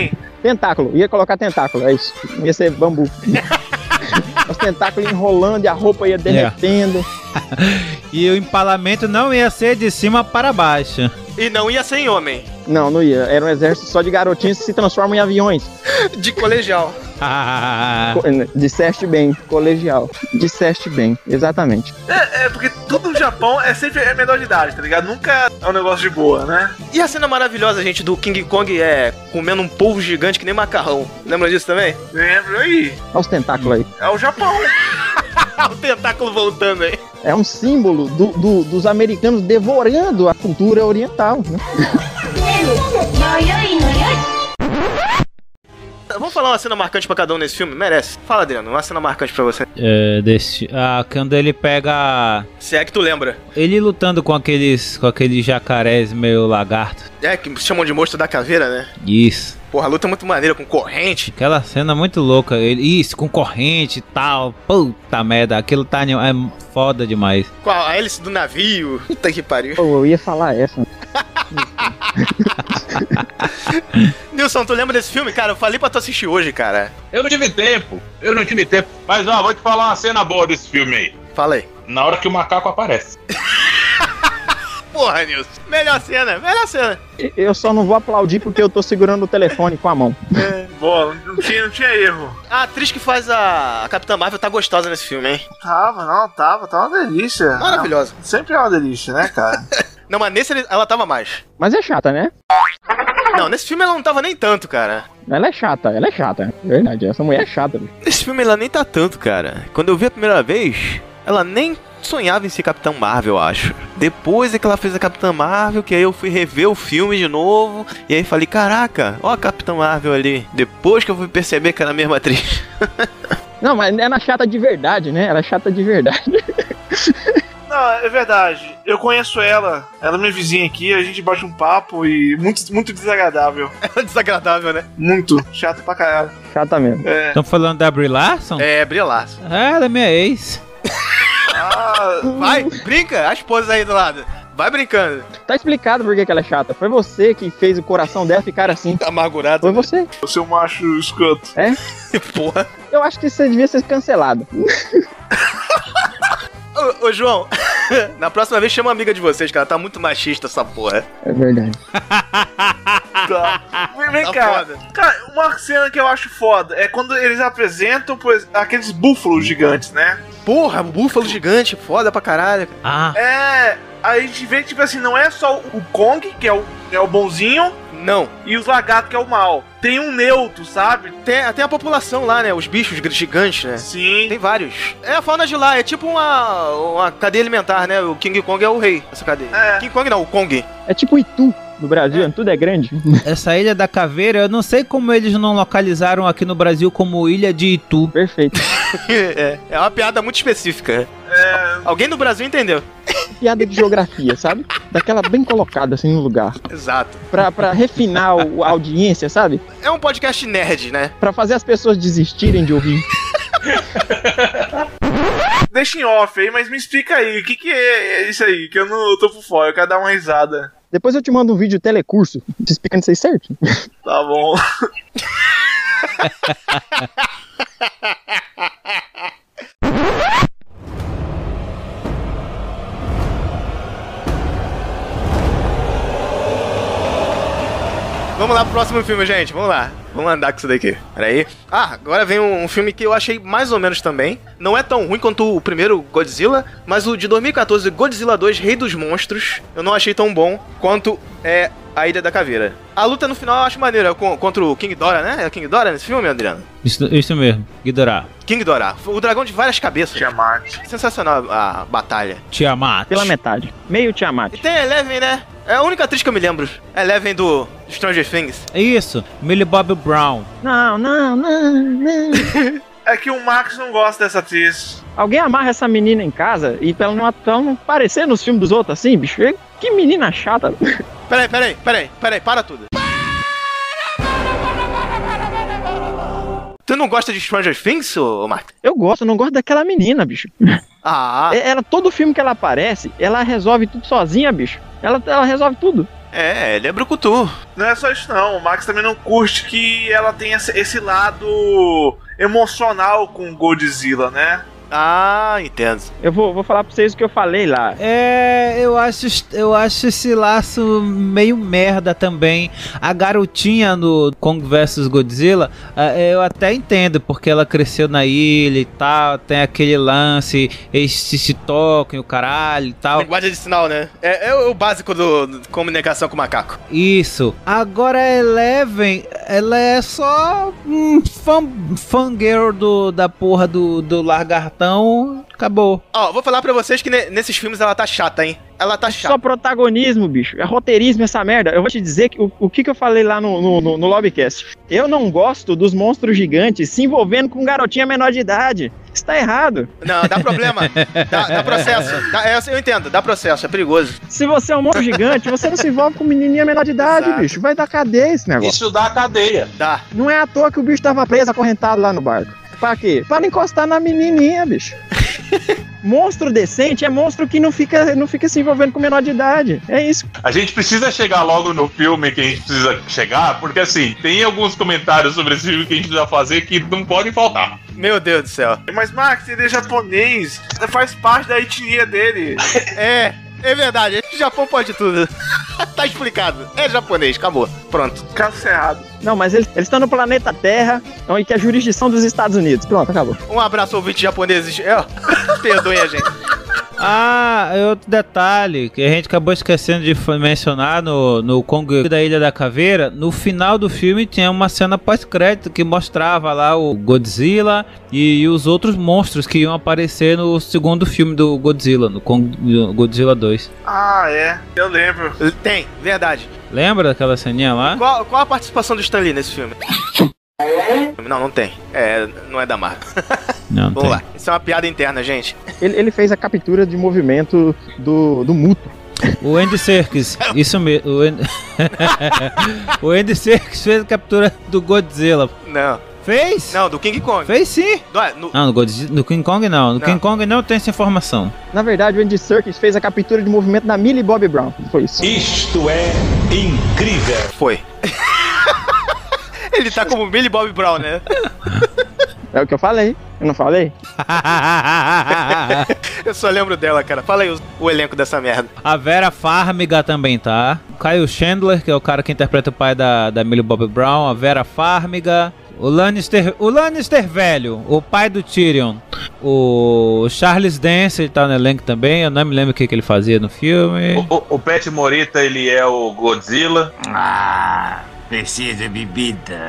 Tentáculo, ia colocar tentáculo, é isso. Ia ser bambu. Os tentáculos enrolando e a roupa ia derretendo. E o empalamento não ia ser de cima para baixo. E não ia ser em homem. Não ia. Era um exército só de garotinhos que se transformam em aviões. De colegial. Disseste bem, colegial. Disseste bem, exatamente. Porque tudo no Japão é sempre menor de idade, tá ligado? Nunca é um negócio de boa, né? E a cena maravilhosa, gente, do King Kong comendo um polvo gigante que nem macarrão. Lembra disso também? Lembro aí. Olha os tentáculos aí. É o Japão. O tentáculo voltando aí. É um símbolo dos americanos devorando a cultura oriental, né? Vamos falar uma cena marcante pra cada um nesse filme? Merece. Fala, Adriano, uma cena marcante pra você. Quando ele pega... Se é que tu lembra. Ele lutando com aqueles jacarés meio lagarto. Que chamam de monstro da caveira, né? Isso. Porra, a luta é muito maneira, com corrente. Aquela cena muito louca. Isso, com corrente e tal. Puta merda, aquilo tá é foda demais. Com a hélice do navio. Puta que pariu. Eu ia falar essa. Nilson, tu lembra desse filme? Cara, eu falei pra tu assistir hoje, cara. Eu não tive tempo. Mas, ó, vou te falar uma cena boa desse filme aí. Fala aí. Na hora que o macaco aparece. Porra, Nilson. Melhor cena. Eu só não vou aplaudir porque eu tô segurando o telefone com a mão. Boa, não tinha erro. A atriz que faz a Capitã Marvel tá gostosa nesse filme, hein? Tava uma delícia. Maravilhosa. Sempre é uma delícia, né, cara? Não, mas nesse ela tava mais. Mas é chata, né? Não, nesse filme ela não tava nem tanto, cara. Ela é chata. Verdade, essa mulher é chata. Nesse filme ela nem tá tanto, cara. Quando eu vi a primeira vez, ela nem sonhava em ser Capitã Marvel, eu acho. Depois é que ela fez a Capitã Marvel, que aí eu fui rever o filme de novo. E aí falei, caraca, ó a Capitã Marvel ali. Depois que eu fui perceber que era a mesma atriz. Não, mas ela é chata de verdade, né? Ela é chata de verdade. Não, é verdade. Eu conheço ela. Ela é minha vizinha aqui, a gente bate um papo e muito desagradável. É desagradável, né? Muito. Chato pra caralho. Chata mesmo. Estão falando da Brie Larson? É, Brie Larson. Ela é minha ex. Vai, brinca, a esposa aí do lado. Vai brincando. Tá explicado por que ela é chata. Foi você que fez o coração dela ficar assim. Amargurado. Foi você. O seu macho escroto. É? Porra. Eu acho que você devia ser cancelado. Ô, João, na próxima vez chama uma amiga de vocês, cara. Tá muito machista essa porra. É verdade. Tá. Vem cá. Foda. Cara, uma cena que eu acho foda é quando eles apresentam aqueles búfalos gigantes, né? Porra, búfalo gigante, foda pra caralho. Aí a gente vê que, tipo assim, não é só o Kong, que é o bonzinho. Não. E os lagartos, que é o mal. Tem um neutro, sabe? Tem a população lá, né? Os bichos gigantes, né? Sim. Tem vários. É a fauna de lá, é tipo uma cadeia alimentar, né? O King Kong é o rei dessa cadeia. King Kong não, o Kong. É tipo Itu no Brasil, tudo é grande. Essa Ilha da Caveira, eu não sei como eles não localizaram aqui no Brasil como Ilha de Itu. Perfeito. É uma piada muito específica. Alguém no Brasil entendeu. Piada de geografia, sabe? Daquela bem colocada assim no lugar. Exato. Pra refinar a audiência, sabe? É um podcast nerd, né? Pra fazer as pessoas desistirem de ouvir. Deixa em off aí, mas me explica aí, o que é isso aí? Que eu não tô por fora, eu quero dar uma risada. Depois eu te mando um vídeo telecurso, te explicando isso aí certo. Tá bom. Vamos lá pro próximo filme, gente. Vamos lá. Vamos andar com isso daqui. Peraí. Agora vem um filme que eu achei mais ou menos também. Não é tão ruim quanto o primeiro Godzilla, mas o de 2014, Godzilla 2, Rei dos Monstros, eu não achei tão bom quanto A Ilha da Caveira. A luta no final eu acho maneira contra o King Ghidorah, né? É o King Ghidorah nesse filme, Adriano? Isso mesmo, Ghidorah. King Ghidorah. O dragão de várias cabeças. Tiamat. Sensacional a batalha. Tiamat. Pela metade. Meio Tiamat. E tem a Eleven, né? É a única atriz que eu me lembro. Eleven do Stranger Things. É isso, Millie Bobby Brown. Não. É que o Max não gosta dessa atriz. Alguém amarra essa menina em casa e pra ela não aparecer nos filmes dos outros assim, bicho. Que menina chata. Peraí, para tudo. Tu não gosta de Stranger Things, ô Mark? Eu gosto, não gosto daquela menina, bicho. Ah. Ela, todo filme que ela aparece, ela resolve tudo sozinha, bicho. Ela resolve tudo. É, ele é brucutu. Não é só isso não, o Max também não curte que ela tem esse lado emocional com Godzilla, né? Ah, entendo. Eu vou falar pra vocês o que eu falei lá. Eu acho esse laço meio merda também. A garotinha no Kong vs Godzilla, eu até entendo, porque ela cresceu na ilha e tal, tem aquele lance, eles se tocam e o caralho e tal. Linguagem de sinal, né? É o básico do comunicação com o macaco. Isso. Agora a Eleven, ela é só um fangirl da porra do Lagartão. Acabou. Ó, vou falar pra vocês que nesses filmes ela tá chata, hein? Ela tá chata. Só protagonismo, bicho. É roteirismo essa merda. Eu vou te dizer que o que eu falei lá no Lobbycast. Eu não gosto dos monstros gigantes se envolvendo com garotinha menor de idade. Isso tá errado. Não, dá problema. dá processo. Eu entendo, dá processo, é perigoso. Se você é um monstro gigante, você não se envolve com menininha menor de idade, Exato. bicho. Vai dar cadeia esse negócio. Isso dá cadeia. Dá. Não é à toa que o bicho tava preso, acorrentado lá no barco. Pra quê? Pra não encostar na menininha, bicho. Monstro decente é monstro que não fica se envolvendo com menor de idade. É isso. A gente precisa chegar logo no filme que a gente precisa chegar, porque assim, tem alguns comentários sobre esse filme que a gente precisa fazer que não podem faltar. Meu Deus do céu. Mas Max, ele é japonês, faz parte da etnia dele. É verdade, o Japão pode tudo. Tá explicado. É japonês, acabou. Pronto. Caso cerrado. Não, mas eles estão no planeta Terra, onde que é a jurisdição dos Estados Unidos. Pronto, acabou. Um abraço, ouvintes japoneses. Perdoem a gente. Outro detalhe que a gente acabou esquecendo de mencionar no Kong da Ilha da Caveira. No final do filme tinha uma cena pós-crédito que mostrava lá o Godzilla e os outros monstros que iam aparecer no segundo filme do Godzilla, no Godzilla 2. Ah, é. Eu lembro. Tem, verdade. Lembra daquela ceninha lá? Qual a participação do Stan Lee nesse filme? Não tem. Não é da Marvel. Não Vamos tem. lá. Isso é uma piada interna, gente. Ele fez a captura de movimento do Muto. O Andy Serkis, isso mesmo. O Andy Serkis fez a captura do Godzilla. Não. Fez? Não, do King Kong. Fez sim. Não, no King Kong não. No King Kong não tem essa informação. Na verdade, o Andy Serkis fez a captura de movimento da Millie Bobby Brown. Foi isso. Isto é incrível. Foi. Ele tá como Millie Bobby Brown, né? É o que eu falei. Eu não falei? Eu só lembro dela, cara. Fala aí o elenco dessa merda. A Vera Farmiga também tá. O Kyle Chandler, que é o cara que interpreta o pai da Millie Bobby Brown. A Vera Farmiga. O Lannister velho, o pai do Tyrion. O Charles Dance, ele tá no elenco também. Eu não me lembro o que ele fazia no filme. O Pat Morita, ele é o Godzilla. Preciso de bebida.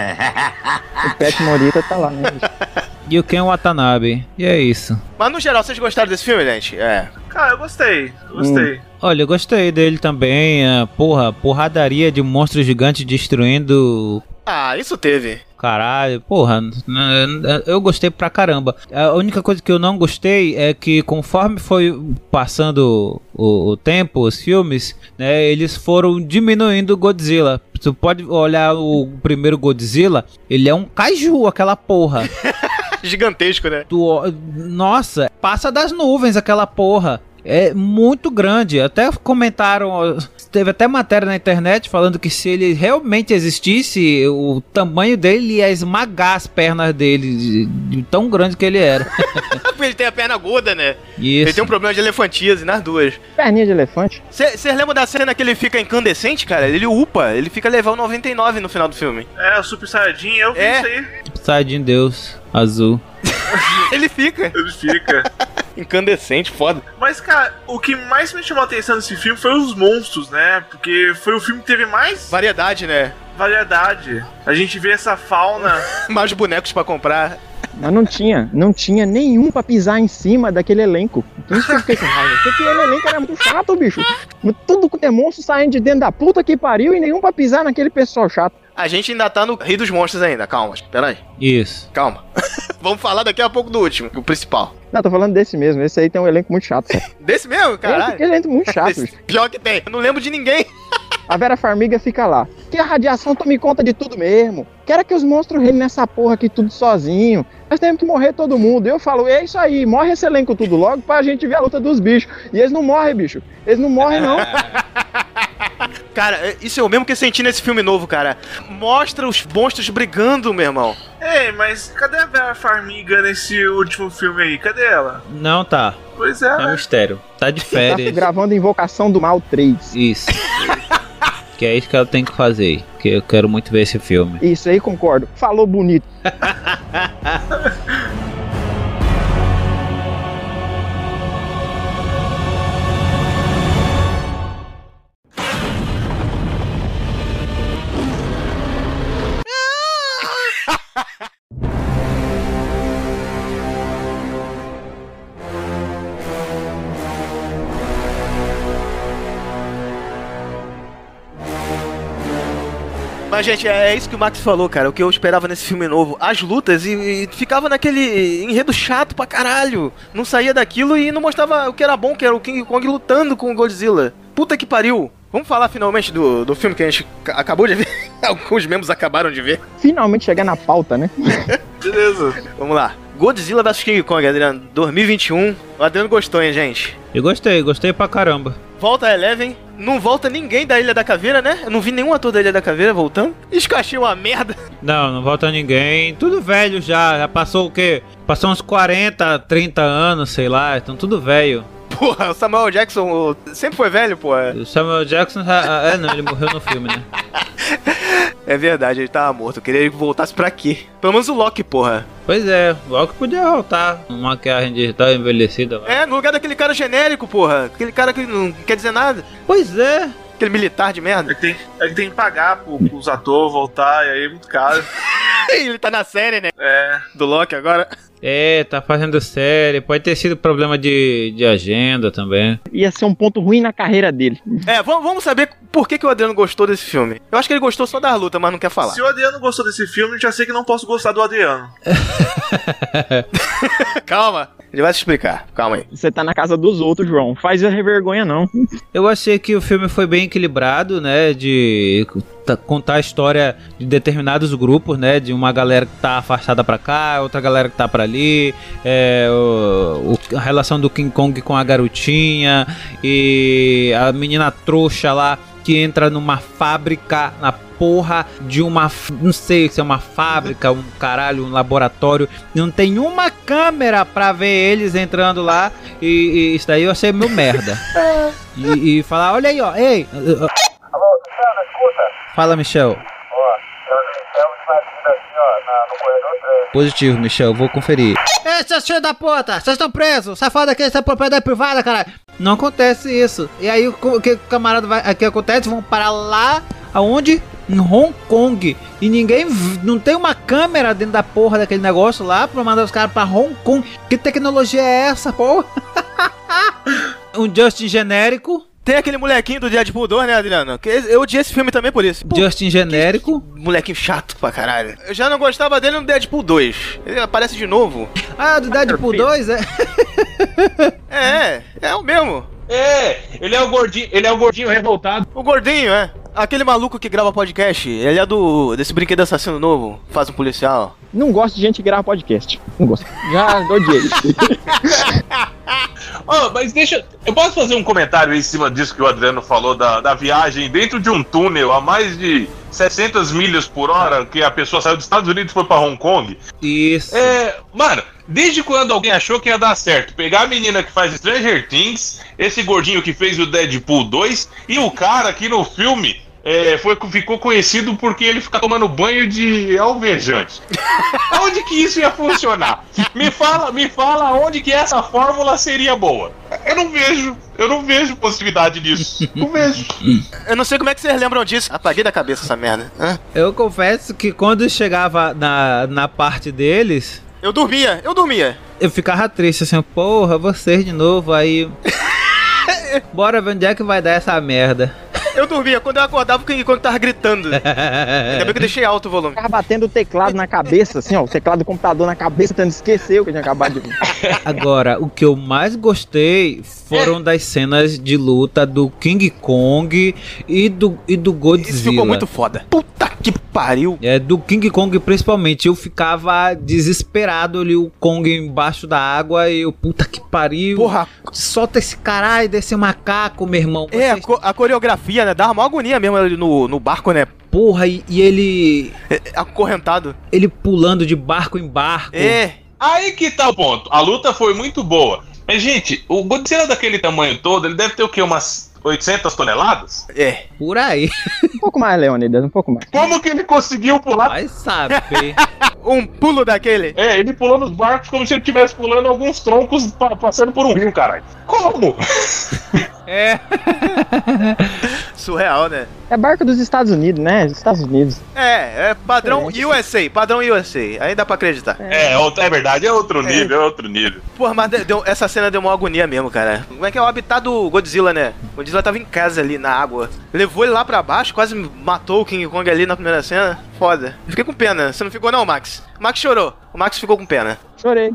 O Pat Morita tá lá, né? E o Ken Watanabe. E é isso. Mas no geral, vocês gostaram desse filme, gente? Cara, eu gostei. Olha, eu gostei dele também. Porradaria de monstros gigantes destruindo. Ah, isso teve. Caralho, porra, eu gostei pra caramba. A única coisa que eu não gostei é que conforme foi passando o tempo, os filmes, né, eles foram diminuindo o Godzilla. Você pode olhar o primeiro Godzilla, ele é um kaiju, aquela porra. Gigantesco, né? Nossa, passa das nuvens aquela porra. É muito grande. Até comentaram, teve até matéria na internet falando que se ele realmente existisse, o tamanho dele ia esmagar as pernas dele, de tão grande que ele era. Porque ele tem a perna aguda, né? Isso. Ele tem um problema de elefantíase nas duas. Perninha de elefante. Vocês lembram da cena que ele fica incandescente, cara? Ele upa, ele fica level 99 no final do filme. O Super Saiyajin, eu vi isso aí. Saiyajin Deus, azul. Ele fica. Incandescente, foda. Mas, cara, o que mais me chamou a atenção nesse filme foi os monstros, né? Porque foi o filme que teve mais variedade, né? Variedade. A gente vê essa fauna. Mais bonecos pra comprar. Mas não tinha nenhum pra pisar em cima daquele elenco. Então isso que eu fiquei com raiva. Porque aquele elenco era muito chato, bicho. Tudo com monstros saindo de dentro da puta que pariu e nenhum pra pisar naquele pessoal chato. A gente ainda tá no Rei dos Monstros ainda, calma, espera aí. Isso. Calma. Vamos falar daqui a pouco do último, o principal. Não, tô falando desse mesmo, esse aí tem um elenco muito chato, sabe? Desse mesmo, caralho? Esse elenco muito chato, bicho. Pior que tem, eu não lembro de ninguém. A Vera Farmiga fica lá. Que a radiação tome conta de tudo mesmo. Quero que os monstros reinem nessa porra aqui tudo sozinho. Nós temos que morrer todo mundo. Eu falo, é isso aí, morre esse elenco tudo logo pra gente ver a luta dos bichos. E eles não morrem, bicho. Eles não morrem, não. Cara, isso é o mesmo que eu senti nesse filme novo, cara. Mostra os monstros brigando, meu irmão. Ei, mas cadê a Vera Farmiga nesse último filme aí? Cadê ela? Não tá. Pois é, É um mistério. Tá de Tá férias. gravando Invocação do Mal 3. Isso. Que é isso que ela tem que fazer. Que eu quero muito ver esse filme. Isso aí, concordo. Falou bonito. Mas, gente, é isso que o Max falou, cara. O que eu esperava nesse filme novo. As lutas e ficava naquele enredo chato pra caralho. Não saía daquilo e não mostrava o que era bom, que era o King Kong lutando com o Godzilla. Puta que pariu. Vamos falar finalmente do filme que a gente acabou de ver. Alguns membros acabaram de ver. Finalmente chegar na pauta, né? Beleza. Vamos lá. Godzilla vs King Kong, Adriano. 2021. O Adriano gostou, hein, gente? Eu gostei pra caramba. Volta a Eleven. Não volta ninguém da Ilha da Caveira, né? Eu não vi nenhum ator da Ilha da Caveira voltando. Escachei uma merda. Não volta ninguém. Tudo velho já. Já passou o quê? Passou uns 40, 30 anos, sei lá. Então tudo velho. Porra, o Samuel Jackson sempre foi velho, porra. O Samuel Jackson não, ele morreu no filme, né? É verdade, ele tava morto. Eu queria que ele voltasse pra quê? Pelo menos o Loki, porra. Pois é, o Loki podia voltar. Uma maquiagem digital envelhecida lá. É, no lugar daquele cara genérico, porra. Aquele cara que não quer dizer nada. Pois é. Aquele militar de merda. É que tem que pagar pros atores voltar, e aí é muito caro. Ele tá na série, né? É. Do Loki agora. É, tá fazendo série. Pode ter sido problema de agenda também. Ia ser um ponto ruim na carreira dele. É, vamos saber por que o Adriano gostou desse filme. Eu acho que ele gostou só da luta, mas não quer falar. Se o Adriano gostou desse filme, já sei que não posso gostar do Adriano. Calma, ele vai se explicar. Calma aí. Você tá na casa dos outros, João. Faz a vergonha, não. Eu achei que o filme foi bem equilibrado, né? De contar a história de determinados grupos, né? De uma galera que tá afastada pra cá, outra galera que tá pra ali. A relação do King Kong com a garotinha e a menina trouxa lá que entra numa fábrica, na porra de uma... Não sei se é uma fábrica, um caralho, um laboratório. Não tem uma câmera pra ver eles entrando lá. E isso daí eu achei meio merda. E falar, olha aí, ó. Ei! Alô, Michel, escuta? Fala, Michel. Ó, eu vai vindo aqui, ó, no corredor 3. Positivo, Michel, vou conferir. Ei, seus filhos da puta! Vocês estão presos! Sai fora daqui, isso é propriedade privada, caralho! Não acontece isso. E aí o que o camarada vai... O que acontece? Vão parar lá, aonde? Em Hong Kong. E ninguém... Não tem uma câmera dentro da porra daquele negócio lá pra mandar os caras pra Hong Kong. Que tecnologia é essa, porra? Um Justin genérico. Tem aquele molequinho do Deadpool 2, né, Adriano? Eu odiei esse filme também por isso. Justin genérico. Molequinho chato pra caralho. Eu já não gostava dele no Deadpool 2. Ele aparece de novo. Ah, do Deadpool 2, é? É o mesmo. É, ele é o gordinho revoltado. O gordinho, é. Aquele maluco que grava podcast, ele é desse brinquedo assassino novo, faz um policial. Não gosto de gente que grava podcast. Não gosto. Já odiei. Oh, mas eu posso fazer um comentário em cima disso que o Adriano falou da viagem dentro de um túnel a mais de 700 milhas por hora, que a pessoa saiu dos Estados Unidos e foi pra Hong Kong? Isso. Mano, desde quando alguém achou que ia dar certo pegar a menina que faz Stranger Things, esse gordinho que fez o Deadpool 2 e o cara aqui no filme ficou conhecido porque ele fica tomando banho de alvejante. Onde que isso ia funcionar? Me fala onde que essa fórmula seria boa. Eu não vejo possibilidade disso. Não vejo. Eu não sei como é que vocês lembram disso. Apaguei da cabeça essa merda. Eu confesso que quando chegava na parte deles... Eu dormia. Eu ficava triste, assim, porra, vocês de novo, aí... Bora ver onde é que vai dar essa merda. Eu dormia, quando eu acordava, o King Kong tava gritando. Ainda bem que eu deixei alto o volume. Ficava batendo o teclado na cabeça, assim, ó, o teclado do computador na cabeça, tentando esquecer o que tinha acabado de ver. Agora, o que eu mais gostei foram das cenas de luta do King Kong e do Godzilla. Isso ficou muito foda. Puta que pariu. Do King Kong principalmente, eu ficava desesperado ali, o Kong embaixo da água e eu, puta que pariu. Porra. Solta esse caralho desse macaco, meu irmão. A coreografia, né? Dá uma agonia mesmo ali no barco, né? Porra, e ele... Acorrentado. Ele pulando de barco em barco. É. Aí que tá o ponto. A luta foi muito boa. Mas, gente, o Godzilla daquele tamanho todo, ele deve ter o quê? Umas 800 toneladas? É. Por aí. Um pouco mais, Leônidas, um pouco mais. Como que ele conseguiu pular? Vai saber. Um pulo daquele. É, ele pulando os barcos como se ele estivesse pulando alguns troncos passando por um rio, caralho. Como? É. Surreal, né? É barco dos Estados Unidos, né? Estados Unidos. É padrão USA, padrão USA. Aí dá pra acreditar. É verdade, é outro nível, é outro nível. Porra, mas essa cena deu uma agonia mesmo, cara. Como é que é o habitat do Godzilla, né? O Godzilla tava em casa ali, na água. Levou ele lá pra baixo, quase matou o King Kong ali na primeira cena. Foda. Eu fiquei com pena. Você não ficou não, Max? O Max chorou. O Max ficou com pena. Chorei.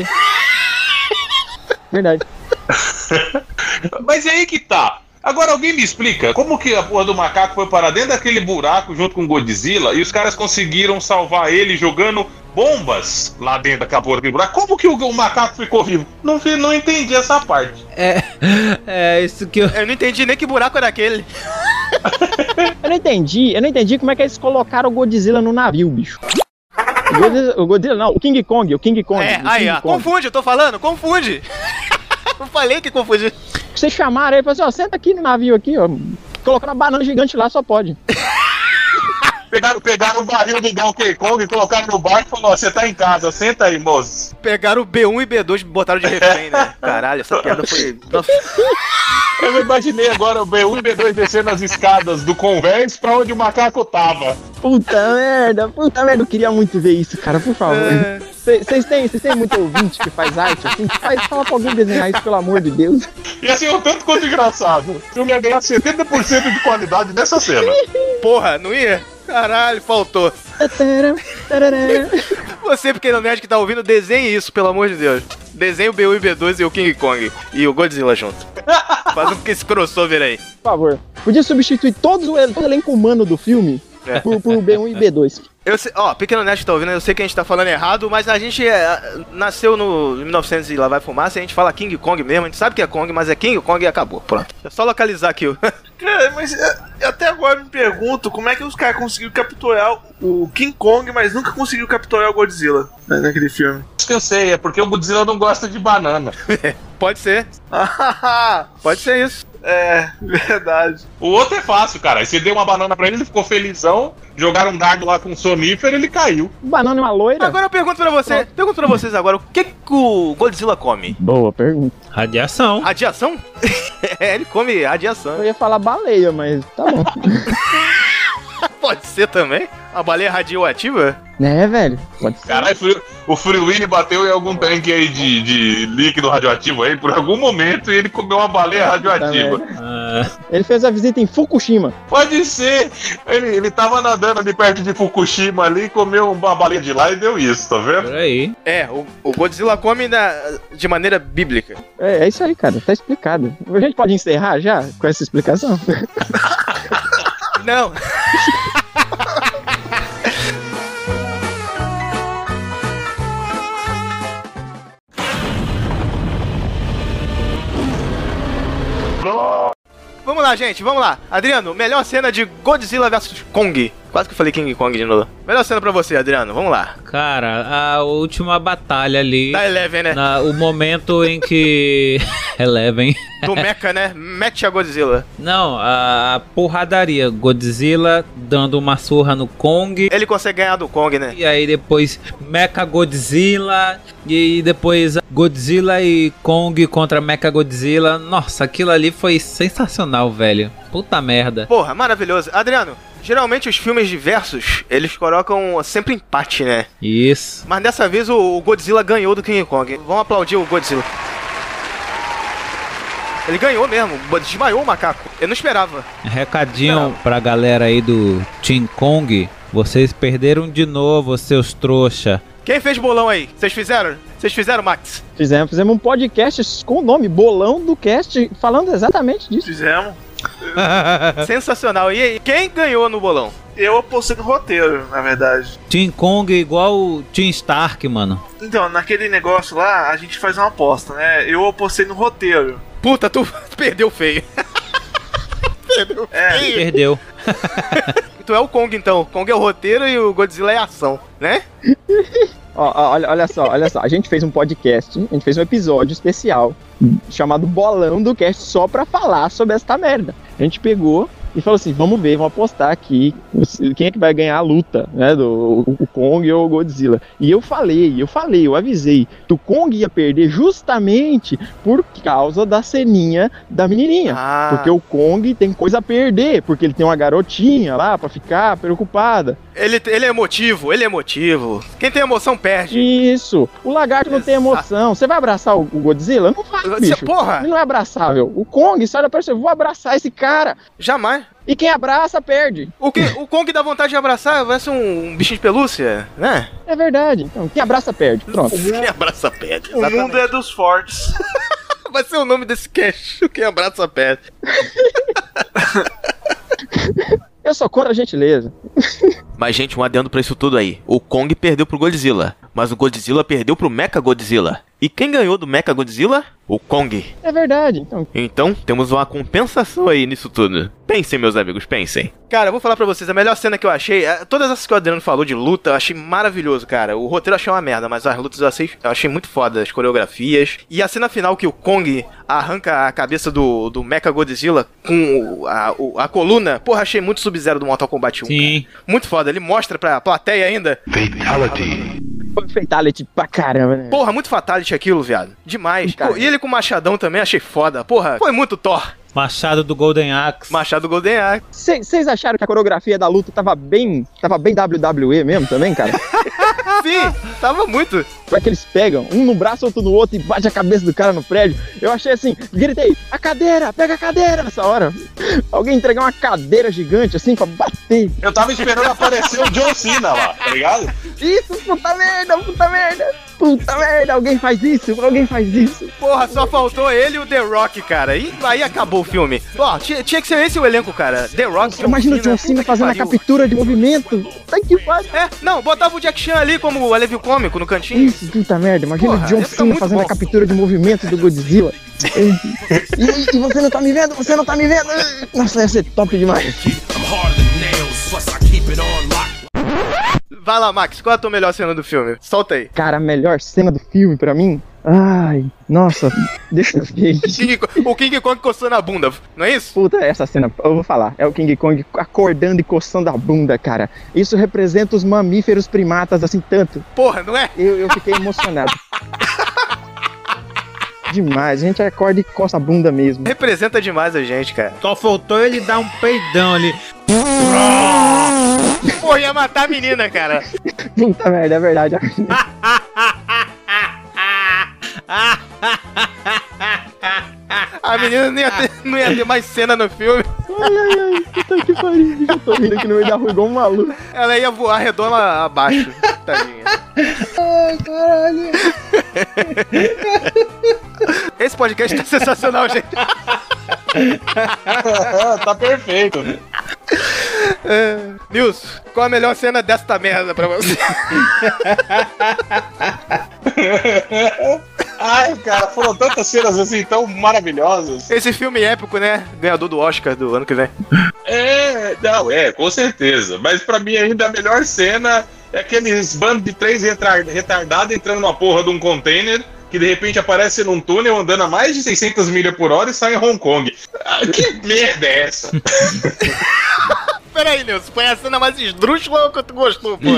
Verdade. Mas é aí que tá. Agora alguém me explica como que a porra do macaco foi parar dentro daquele buraco junto com o Godzilla e os caras conseguiram salvar ele jogando bombas lá dentro daquela porra daquele buraco. Como que o macaco ficou vivo? Não entendi essa parte. É isso que eu não entendi nem que buraco era aquele. Eu não entendi como é que eles colocaram o Godzilla no navio, bicho. O Godzilla não, o King Kong. É, aí, ó. Confunde, eu tô falando, confunde. Eu falei que confunde. Vocês chamaram ele e falaram assim, ó, senta aqui no navio aqui, ó. Colocaram uma banana gigante lá, só pode. Pegaram o barril do Donkey Kong e colocaram no barco e falaram, ó, você tá em casa, senta aí, moço. Pegaram o B1 e B2 e botaram de refém, né? Caralho, essa piada foi... Nossa. Eu me imaginei agora o B1 e B2 descendo as escadas do Converse pra onde o macaco tava. Puta merda, eu queria muito ver isso, cara, por favor. Vocês têm muito ouvinte que faz arte, assim? Fala pra alguém desenhar isso, pelo amor de Deus. E assim, um tanto quanto engraçado. O filme ia ganhar 70% de qualidade nessa cena. Porra, não ia? Caralho, faltou. Você, pequeno nerd que tá ouvindo, desenhe isso, pelo amor de Deus. Desenhe o B1 e B2 e o King Kong e o Godzilla junto. Faz esse crossover aí. Por favor. Podia substituir todo o elenco humano do filme por B1 e B2. Eu sei, pequeno nerd que tá ouvindo, eu sei que a gente tá falando errado, mas a gente nasceu no 1900 e lá vai fumaça, e a gente fala King Kong mesmo, a gente sabe que é Kong, mas é King Kong e acabou, pronto. É só localizar aqui o... Cara, mas até agora me pergunto como é que os caras conseguiram capturar o King Kong, mas nunca conseguiram capturar o Godzilla, né, naquele filme. Isso que eu sei, é porque o Godzilla não gosta de banana. Pode ser. Pode ser isso. É, verdade. O outro é fácil, cara. Aí você deu uma banana pra ele ficou felizão, jogaram um dardo lá com um sonífero e ele caiu. Banana e uma loira? Agora eu pergunto pra vocês agora, o que o Godzilla come? Boa pergunta. Radiação. Radiação? Ele come radiação. Eu ia falar baleia, mas tá bom. Pode ser também? A baleia radioativa? É, velho. Pode ser. Caralho, o Free Willy bateu em algum tanque aí de líquido radioativo aí por algum momento e ele comeu uma baleia radioativa. Ele fez a visita em Fukushima. Pode ser. Ele tava nadando ali perto de Fukushima ali, comeu uma baleia de lá e deu isso, tá vendo? Por aí. O Godzilla come de maneira bíblica. É isso aí, cara. Tá explicado. A gente pode encerrar já com essa explicação? Não. Vamos lá, gente, vamos lá. Adriano, melhor cena de Godzilla vs Kong. Quase que eu falei King Kong de novo. Melhor cena pra você, Adriano, vamos lá. Cara, a última batalha ali. Da Eleven, né? O momento em que... Eleven. Do Mecha, né? Mecha Godzilla. Não, a porradaria. Godzilla dando uma surra no Kong. Ele consegue ganhar do Kong, né? E aí depois Mecha Godzilla. E depois Godzilla e Kong contra Mecha Godzilla. Nossa, aquilo ali foi sensacional, velho. Puta merda. Porra, maravilhoso. Adriano, geralmente os filmes diversos, eles colocam sempre empate, né? Isso. Mas dessa vez o Godzilla ganhou do King Kong. Vamos aplaudir o Godzilla. Ele ganhou mesmo, desmaiou o macaco. Eu não esperava. Recadinho pra galera aí do Team Kong. Vocês perderam de novo, seus trouxa. Quem fez bolão aí? Vocês fizeram? Vocês fizeram, Max? Fizemos um podcast com o nome Bolão do Cast, falando exatamente disso. Fizemos. Sensacional. E aí, quem ganhou no bolão? Eu apostei no roteiro, na verdade. Team Kong igual o Team Stark, mano. Então, naquele negócio lá, a gente faz uma aposta, né? Eu apostei no roteiro. Puta, tu perdeu feio. Perdeu. Tu é o Kong, então. O Kong é o roteiro e o Godzilla é a ação, né? Olha só. A gente fez um podcast, a gente fez um episódio especial chamado Bolão do Cast só pra falar sobre essa merda. A gente pegou e falou assim, vamos apostar aqui quem é que vai ganhar a luta, né, o Kong ou o Godzilla. E eu avisei que o Kong ia perder justamente por causa da ceninha da menininha. Porque o Kong tem coisa a perder, porque ele tem uma garotinha lá pra ficar preocupada. Ele é emotivo. Quem tem emoção perde. Isso. O lagarto não tem emoção. Você vai abraçar o Godzilla? Não vai, bicho. Porra. Ele não é abraçável. O Kong, sai da percepção, vou abraçar esse cara. Jamais. E quem abraça, perde. O Kong dá vontade de abraçar, vai ser um bichinho de pelúcia, né? É verdade. Então, quem abraça, perde. Pronto. Quem abraça, perde. O mundo é dos fortes. Vai ser o nome desse cast. Quem abraça, perde. Eu sou contra a gentileza. Mas, gente, um adendo pra isso tudo aí. O Kong perdeu pro Godzilla, mas o Godzilla perdeu pro Mechagodzilla. E quem ganhou do Mechagodzilla? O Kong. É verdade. Então, temos uma compensação aí nisso tudo. Pensem, meus amigos, pensem. Cara, eu vou falar pra vocês, a melhor cena que eu achei, todas essas que o Adriano falou de luta, eu achei maravilhoso, cara. O roteiro eu achei uma merda, mas as lutas eu achei muito foda, as coreografias. E a cena final que o Kong arranca a cabeça do Mechagodzilla com a coluna, porra, achei muito Sub-Zero do Mortal Kombat 1. Sim. Cara. Muito foda, ele mostra pra plateia ainda. Fatality pra caramba, né? Porra, muito Fatality aquilo, viado. Demais. Pô, e ele com o machadão também, achei foda. Porra, foi muito Thor. Machado do Golden Axe. Vocês acharam que a coreografia da luta tava bem WWE mesmo também, cara? Sim, tava muito. Como é que eles pegam um no braço, outro no outro e bate a cabeça do cara no prédio? Eu achei assim, gritei, pega a cadeira nessa hora. Alguém entregar uma cadeira gigante assim pra bater. Eu tava esperando aparecer o John Cena lá, tá ligado? Isso, puta merda, alguém faz isso. Porra, só faltou ele e o The Rock, cara. E aí acabou o filme. Ó, tinha que ser esse o elenco, cara. The Rock, imagina o John Cena fazendo a captura de movimento. Tá que pariu. Não, botava o Jack Chan ali como o alívio cômico no cantinho. Isso, puta merda. Imagina o John Cena fazendo a captura de movimento do Godzilla. E você não tá me vendo? Nossa, ia ser top demais. Vai lá, Max, qual é a tua melhor cena do filme? Solta aí. Cara, a melhor cena do filme pra mim? Ai, nossa, deixa eu ver. O King Kong coçando a bunda, não é isso? Puta, essa cena, eu vou falar. É o King Kong acordando e coçando a bunda, cara. Isso representa os mamíferos primatas, assim, tanto. Porra, não é? Eu fiquei emocionado. Demais, a gente acorda e coça a bunda mesmo. Representa demais a gente, cara. Só faltou ele dar um peidão ali. Porra, ia matar a menina, cara. Puta merda, é verdade. A menina não ia ter mais cena no filme. Ai, puta que pariu, bicho. Eu tô rindo aqui no meio da rua igual um maluco. Ela ia voar redonda abaixo, tadinha. Ai, caralho. Esse podcast tá sensacional, gente. Tá perfeito. Nilson, qual a melhor cena desta merda pra você? Ai, cara, foram tantas cenas assim tão maravilhosas. Esse filme épico, né? Ganhador do Oscar do ano que vem. Com certeza. Mas pra mim ainda a melhor cena é aqueles bandos de 3 retardados entrando numa porra de um container que de repente aparece num túnel andando a mais de 600 milhas por hora e sai em Hong Kong. Que merda é essa? Peraí, Nilson, foi a cena mais esdrúxula ou que tu gostou, pô?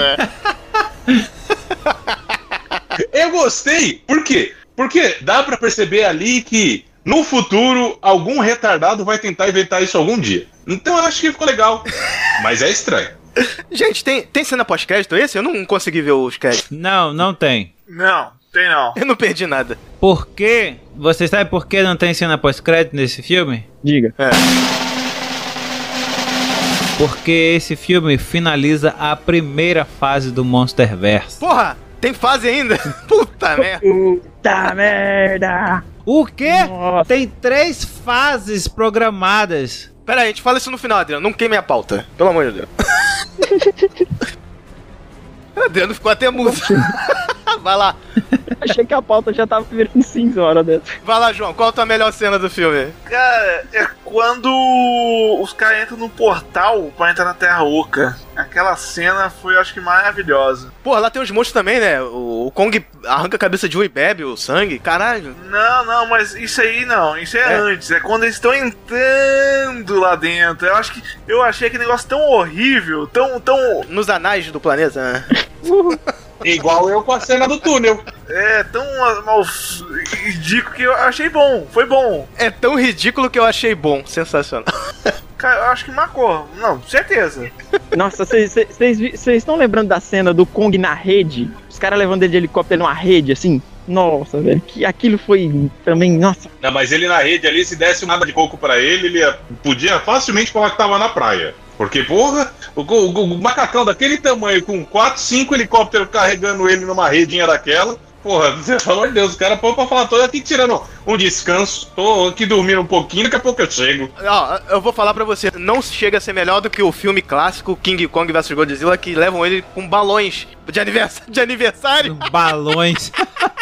Eu gostei. Por quê? Porque dá pra perceber ali que no futuro algum retardado vai tentar inventar isso algum dia. Então eu acho que ficou legal. Mas é estranho. Gente, tem cena pós-crédito esse? Eu não consegui ver os créditos. Não tem. Não, tem não. Eu não perdi nada. Por quê? Você sabe por que não tem cena pós-crédito nesse filme? Diga. Porque esse filme finaliza a primeira fase do Monsterverse. Porra! Tem fase ainda? Puta merda! Puta merda! O quê? Nossa. Tem 3 fases programadas. Pera aí, a gente fala isso no final, Adriano. Não queime a pauta. Pelo amor de Deus. Adriano ficou até mudo. Vai lá. Achei que a pauta já tava virando cinza uma hora dessa. Vai lá, João. Qual a tua melhor cena do filme? Cara, é quando os caras entram no portal pra entrar na Terra Oca. Aquela cena foi, acho que, maravilhosa. Porra, lá tem os monstros também, né? O Kong arranca a cabeça de um e bebe o sangue. Caralho. Não, mas isso aí não. Isso é antes. É quando eles estão entrando lá dentro. Eu achei aquele negócio tão horrível, tão... Nos anais do planeta, né? Igual eu com a cena do túnel. É, tão mal ridículo que eu achei bom. Foi bom. É tão ridículo que eu achei bom. Sensacional. Cara, eu acho que marcou. Não, certeza. Nossa, vocês estão lembrando da cena do Kong na rede? Os caras levando ele de helicóptero numa rede, assim? Nossa, velho, que aquilo foi também, nossa. Não, mas ele na rede ali, se desse nada de coco pra ele podia facilmente falar que tava na praia. Porque, porra, o macacão daquele tamanho, com 4, 5 helicópteros carregando ele numa redinha daquela, porra, pelo amor de Deus, o cara pô pra falar, tô aqui tirando um descanso, tô aqui dormindo um pouquinho, daqui a pouco eu chego. Ó, eu vou falar pra você, não chega a ser melhor do que o filme clássico King Kong vs Godzilla, que levam ele com balões de aniversário. Balões.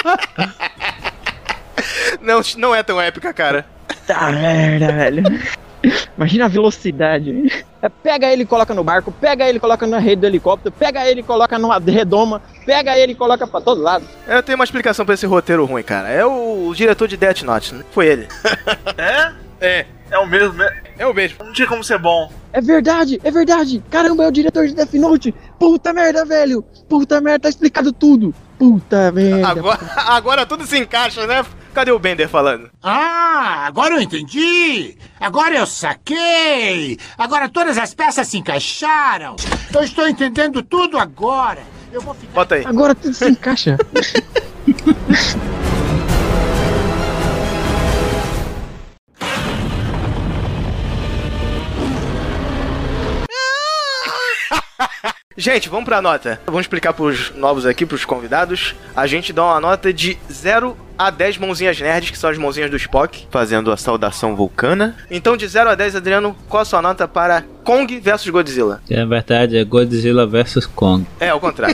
Não é tão épica, cara. Tá merda, velho. Imagina a velocidade. Pega ele e coloca no barco, pega ele e coloca na rede do helicóptero, pega ele e coloca numa redoma, pega ele e coloca pra todo lado. Eu tenho uma explicação pra esse roteiro ruim, cara. É o diretor de Death Note, né? Foi ele. É? É o mesmo, né? É o mesmo. Não tinha como ser bom. É verdade. Caramba, é o diretor de Death Note. Puta merda, velho. Puta merda, tá explicado tudo. Puta merda. Agora tudo se encaixa, né? Cadê o Bender falando? Ah, agora eu entendi! Agora eu saquei! Agora todas as peças se encaixaram! Eu estou entendendo tudo agora! Eu vou ficar... Bota aí. Agora tudo se encaixa. Gente, vamos pra nota. Vamos explicar pros novos aqui, pros convidados. A gente dá uma nota de 0 a 10 mãozinhas nerds, que são as mãozinhas do Spock, fazendo a saudação vulcana. Então, de 0 a 10, Adriano, qual a sua nota para Kong vs Godzilla? É verdade, é Godzilla vs Kong. É, ao contrário.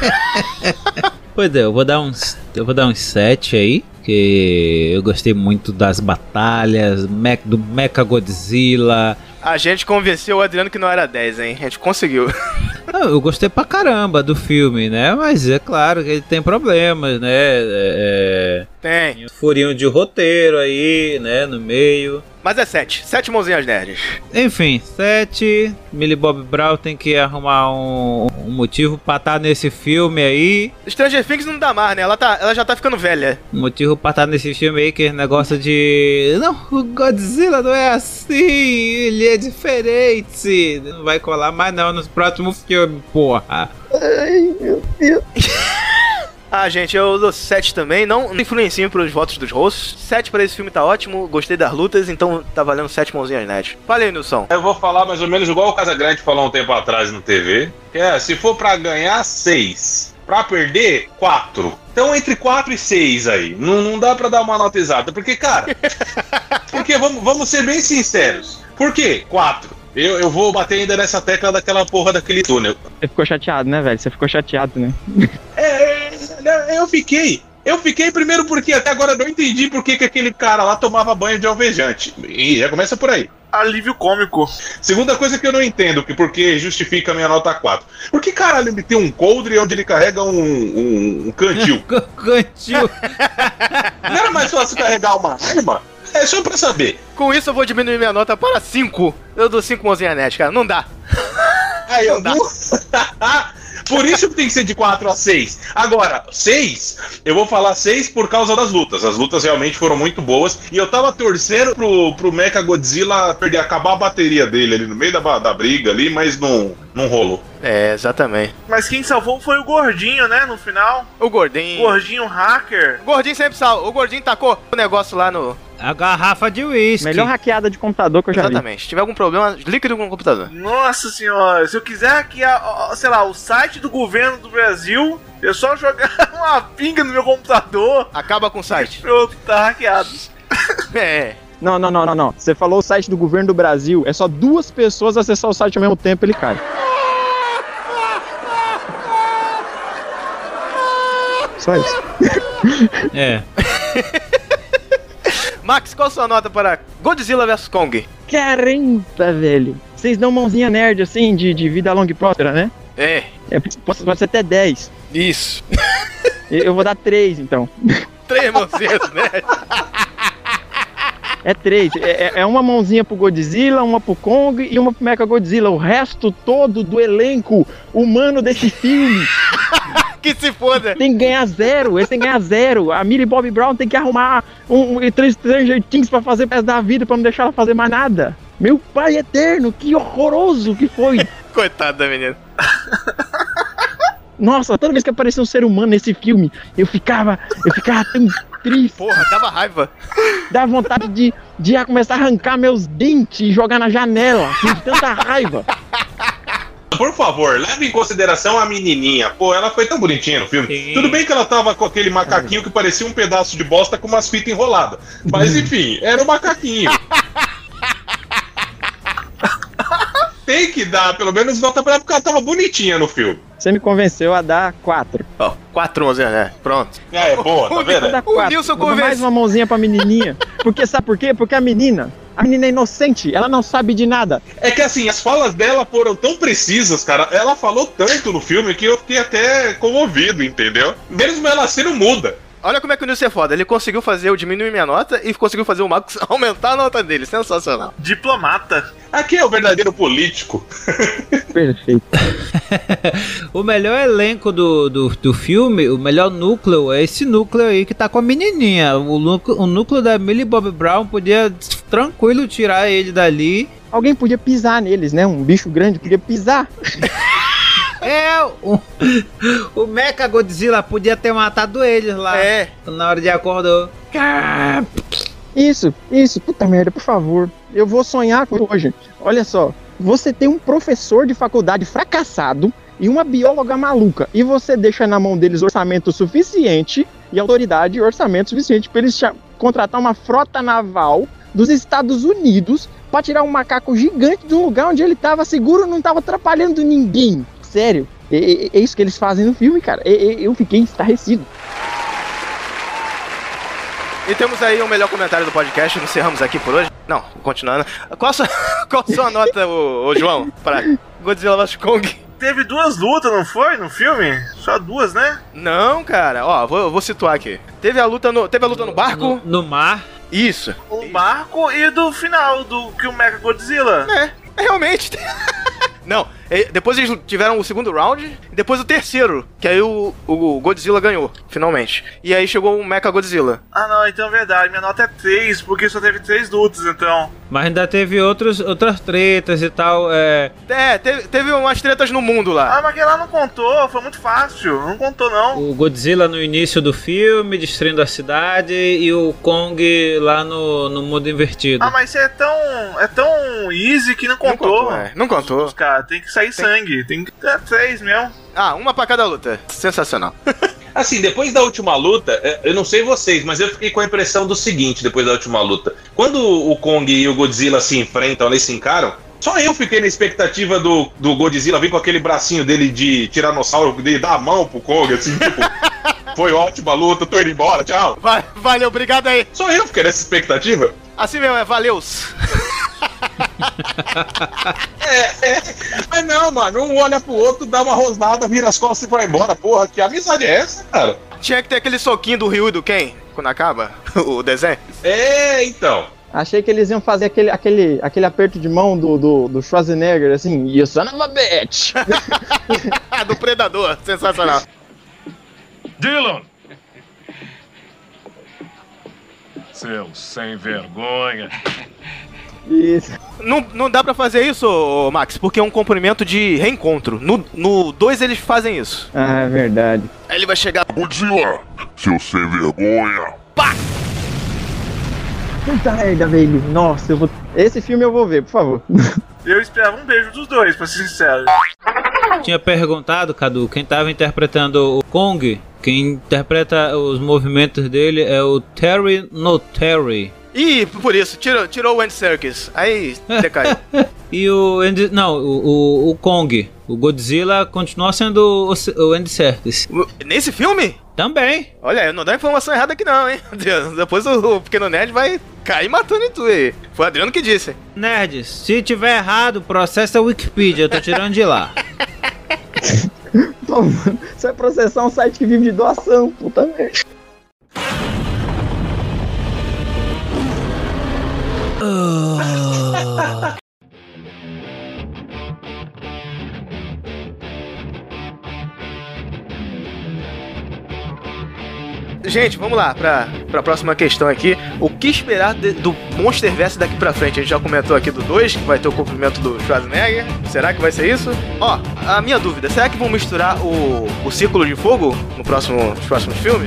Pois é, eu vou dar uns 7 aí, que eu gostei muito das batalhas, do Mecha Godzilla. A gente convenceu o Adriano que não era 10, hein? A gente conseguiu. Não, eu gostei pra caramba do filme, né? Mas é claro que ele tem problemas, né? Tem. Furinho de roteiro aí, né? No meio. Mas é 7. 7 mãozinhas nerds. Enfim, 7. Millie Bobby Brown tem que arrumar um motivo pra estar nesse filme aí. Stranger Things não dá mais, né? Ela já tá ficando velha. Um motivo pra estar nesse filme aí, que é negócio de... Não, o Godzilla não é assim, ele é diferente. Não vai colar mais não nos próximos filmes, porra. Ai, meu Deus. Ah, gente, eu dou 7 também, não influencio pros votos dos hosts. 7 pra esse filme tá ótimo, gostei das lutas, então tá valendo 7 mãozinhas net. Fala aí, Nilson. Eu vou falar mais ou menos igual o Casagrande falou um tempo atrás no TV, que se for pra ganhar, 6. Pra perder, 4. Então entre 4 e 6 aí, não dá pra dar uma nota exata, porque, cara, vamos ser bem sinceros. Por quê? 4. Eu vou bater ainda nessa tecla daquela porra daquele túnel. Você ficou chateado, né, velho? Você ficou chateado, né? Eu fiquei. Eu fiquei primeiro porque até agora eu não entendi por que aquele cara lá tomava banho de alvejante. E já começa por aí. Alívio cômico. Segunda coisa que eu não entendo, porque justifica a minha nota 4. Por que caralho ele tem um coldre onde ele carrega um cantil? Cantil. Não era mais fácil carregar uma arma? É só pra saber. Com isso eu vou diminuir minha nota para 5. Eu dou 5 mãozinhas net, cara. Não dá. Aí, eu não dá. Por isso que tem que ser de 4 a 6. Agora, 6, eu vou falar 6 por causa das lutas. As lutas realmente foram muito boas. E eu tava torcendo pro Mecha Godzilla acabar a bateria dele ali no meio da briga ali, mas não rolou. É, exatamente. Mas quem salvou foi o Gordinho, né, no final. O Gordinho. Gordinho hacker. O Gordinho sempre salva. O Gordinho tacou o negócio lá no... A garrafa de uísque. Melhor hackeada de computador que eu já vi. Exatamente. Se tiver algum problema, líquido com o computador. Nossa senhora, se eu quiser hackear, sei lá, o site do governo do Brasil, é só jogar uma pinga no meu computador. Acaba com o site. Pronto, tá hackeado. É. Não. Você falou o site do governo do Brasil, é só 2 pessoas acessar o site ao mesmo tempo, ele cai. Só isso. É. Max, qual a sua nota para Godzilla vs Kong? Caramba, velho. Vocês dão mãozinha nerd assim, de vida longa e próspera, né? É. Pode ser até 10. Isso. Eu vou dar 3, então. 3 mãozinhas, né? É 3. É uma mãozinha pro Godzilla, uma pro Kong e uma pro Mechagodzilla. O resto todo do elenco humano desse filme que se foda. Tem que ganhar 0. Eles têm que ganhar 0. A Millie Bobby Brown tem que arrumar três jeitinhos pra fazer o resto da vida, pra não deixar ela fazer mais nada. Meu pai eterno, que horroroso que foi. Coitado da menina. Nossa, toda vez que aparecia um ser humano nesse filme, eu ficava tão triste. Porra, dava raiva. Dava vontade de começar a arrancar meus dentes e jogar na janela, assim, de tanta raiva. Por favor, leve em consideração a menininha. Pô, ela foi tão bonitinha no filme. Sim. Tudo bem que ela tava com aquele macaquinho que parecia um pedaço de bosta com umas fitas enroladas. Mas enfim, era um macaquinho. Tem que dar, pelo menos nota pra ela, porque ela tava bonitinha no filme. Você me convenceu a dar 4. Ó, 4 mãozinhas, né? Pronto. É, boa, tá vendo? O Nilson Vou dar mais uma mãozinha pra menininha. Porque sabe por quê? Porque a menina é inocente, ela não sabe de nada. É que assim, as falas dela foram tão precisas, cara. Ela falou tanto no filme que eu fiquei até comovido, entendeu? Mesmo ela sendo muda. Olha como é que o Nilson é foda. Ele conseguiu fazer eu diminuir minha nota e conseguiu fazer o Marcos aumentar a nota dele. Sensacional. Diplomata. Aqui é o verdadeiro político. Perfeito. O melhor elenco do filme, o melhor núcleo, é esse núcleo aí que tá com a menininha. O núcleo da Millie Bobby Brown podia tranquilo tirar ele dali. Alguém podia pisar neles, né? Um bicho grande podia pisar. O Mechagodzilla podia ter matado eles lá. É. Na hora de acordar. Isso, puta merda, por favor. Eu vou sonhar com hoje. Olha só, você tem um professor de faculdade fracassado e uma bióloga maluca, e você deixa na mão deles orçamento suficiente e autoridade e orçamento suficiente para eles contratar uma frota naval dos Estados Unidos para tirar um macaco gigante de um lugar onde ele tava seguro, não tava atrapalhando ninguém. Sério, é isso que eles fazem no filme, cara. Eu fiquei estarrecido. E temos aí o melhor comentário do podcast. Encerramos aqui por hoje. Não, continuando. Qual a sua nota, ô João, para Godzilla vs Kong? Teve 2 lutas, não foi? No filme? Só 2, né? Não, cara. Ó, vou situar aqui. Teve a luta no barco. No mar. Isso. O barco e do final, do que o Mechagodzilla. É realmente. Não, depois eles tiveram o segundo round e depois o terceiro, que aí o Godzilla ganhou, finalmente. E aí chegou o Mechagodzilla. Ah não, então é verdade, minha nota é 3, porque só teve 3 lutas, então. Mas ainda teve outras tretas e tal, teve umas tretas no mundo lá. Ah, mas aquele lá não contou, foi muito fácil, não contou não. O Godzilla no início do filme, destruindo a cidade, e o Kong lá no mundo invertido. Ah, mas isso é tão easy que não contou. Não contou. Cara, tem que sair sangue, tem que ter 3 mesmo. Ah, uma pra cada luta, sensacional. Assim, depois da última luta, eu não sei vocês, mas eu fiquei com a impressão do seguinte, depois da última luta. Quando o Kong e o Godzilla se enfrentam, eles se encaram, só eu fiquei na expectativa do Godzilla vir com aquele bracinho dele de tiranossauro, de dar a mão pro Kong, assim, tipo... Foi ótima a luta, tô indo embora, tchau. Valeu, obrigado aí. Só eu fiquei nessa expectativa. Assim mesmo, valeus. Mas não, mano, um olha pro outro, dá uma rosnada, vira as costas e vai embora. Porra, que amizade é essa, cara? Tinha que ter aquele soquinho do Ryu e do Ken, quando acaba o desenho. Então. Achei que eles iam fazer aquele aperto de mão do Schwarzenegger, assim, you son of a bitch. Do Predador, sensacional. Dylan! Seu sem vergonha. Isso. Não dá pra fazer isso, Max, porque é um cumprimento de reencontro. No 2 eles fazem isso. Ah, é verdade. Aí ele vai chegar... Godzilla, seu sem vergonha. Pá! Puta merda, velho. Nossa, esse filme eu vou ver, por favor. Eu esperava um beijo dos dois, pra ser sincero. Tinha perguntado, Cadu, quem tava interpretando o Kong, quem interpreta os movimentos dele é o Terry Notary. Ih, por isso, tirou o Andy Serkis. Aí decaiu. E o Kong, o Godzilla, continua sendo o Andy Serkis. Nesse filme? Também. Olha, não dá informação errada aqui não, hein? Depois o Pequeno Nerd vai cair matando em tu aí. Foi o Adriano que disse. Nerd, se tiver errado, processa a Wikipedia, eu tô tirando de lá. Pô, mano, você vai processar um site que vive de doação, puta merda. Gente, vamos lá pra próxima questão aqui. O que esperar do Monsterverse daqui pra frente? A gente já comentou aqui do 2, que vai ter o cumprimento do Schwarzenegger. Será que vai ser isso? Ó, a minha dúvida, será que vão misturar o Círculo de Fogo nos próximos filmes?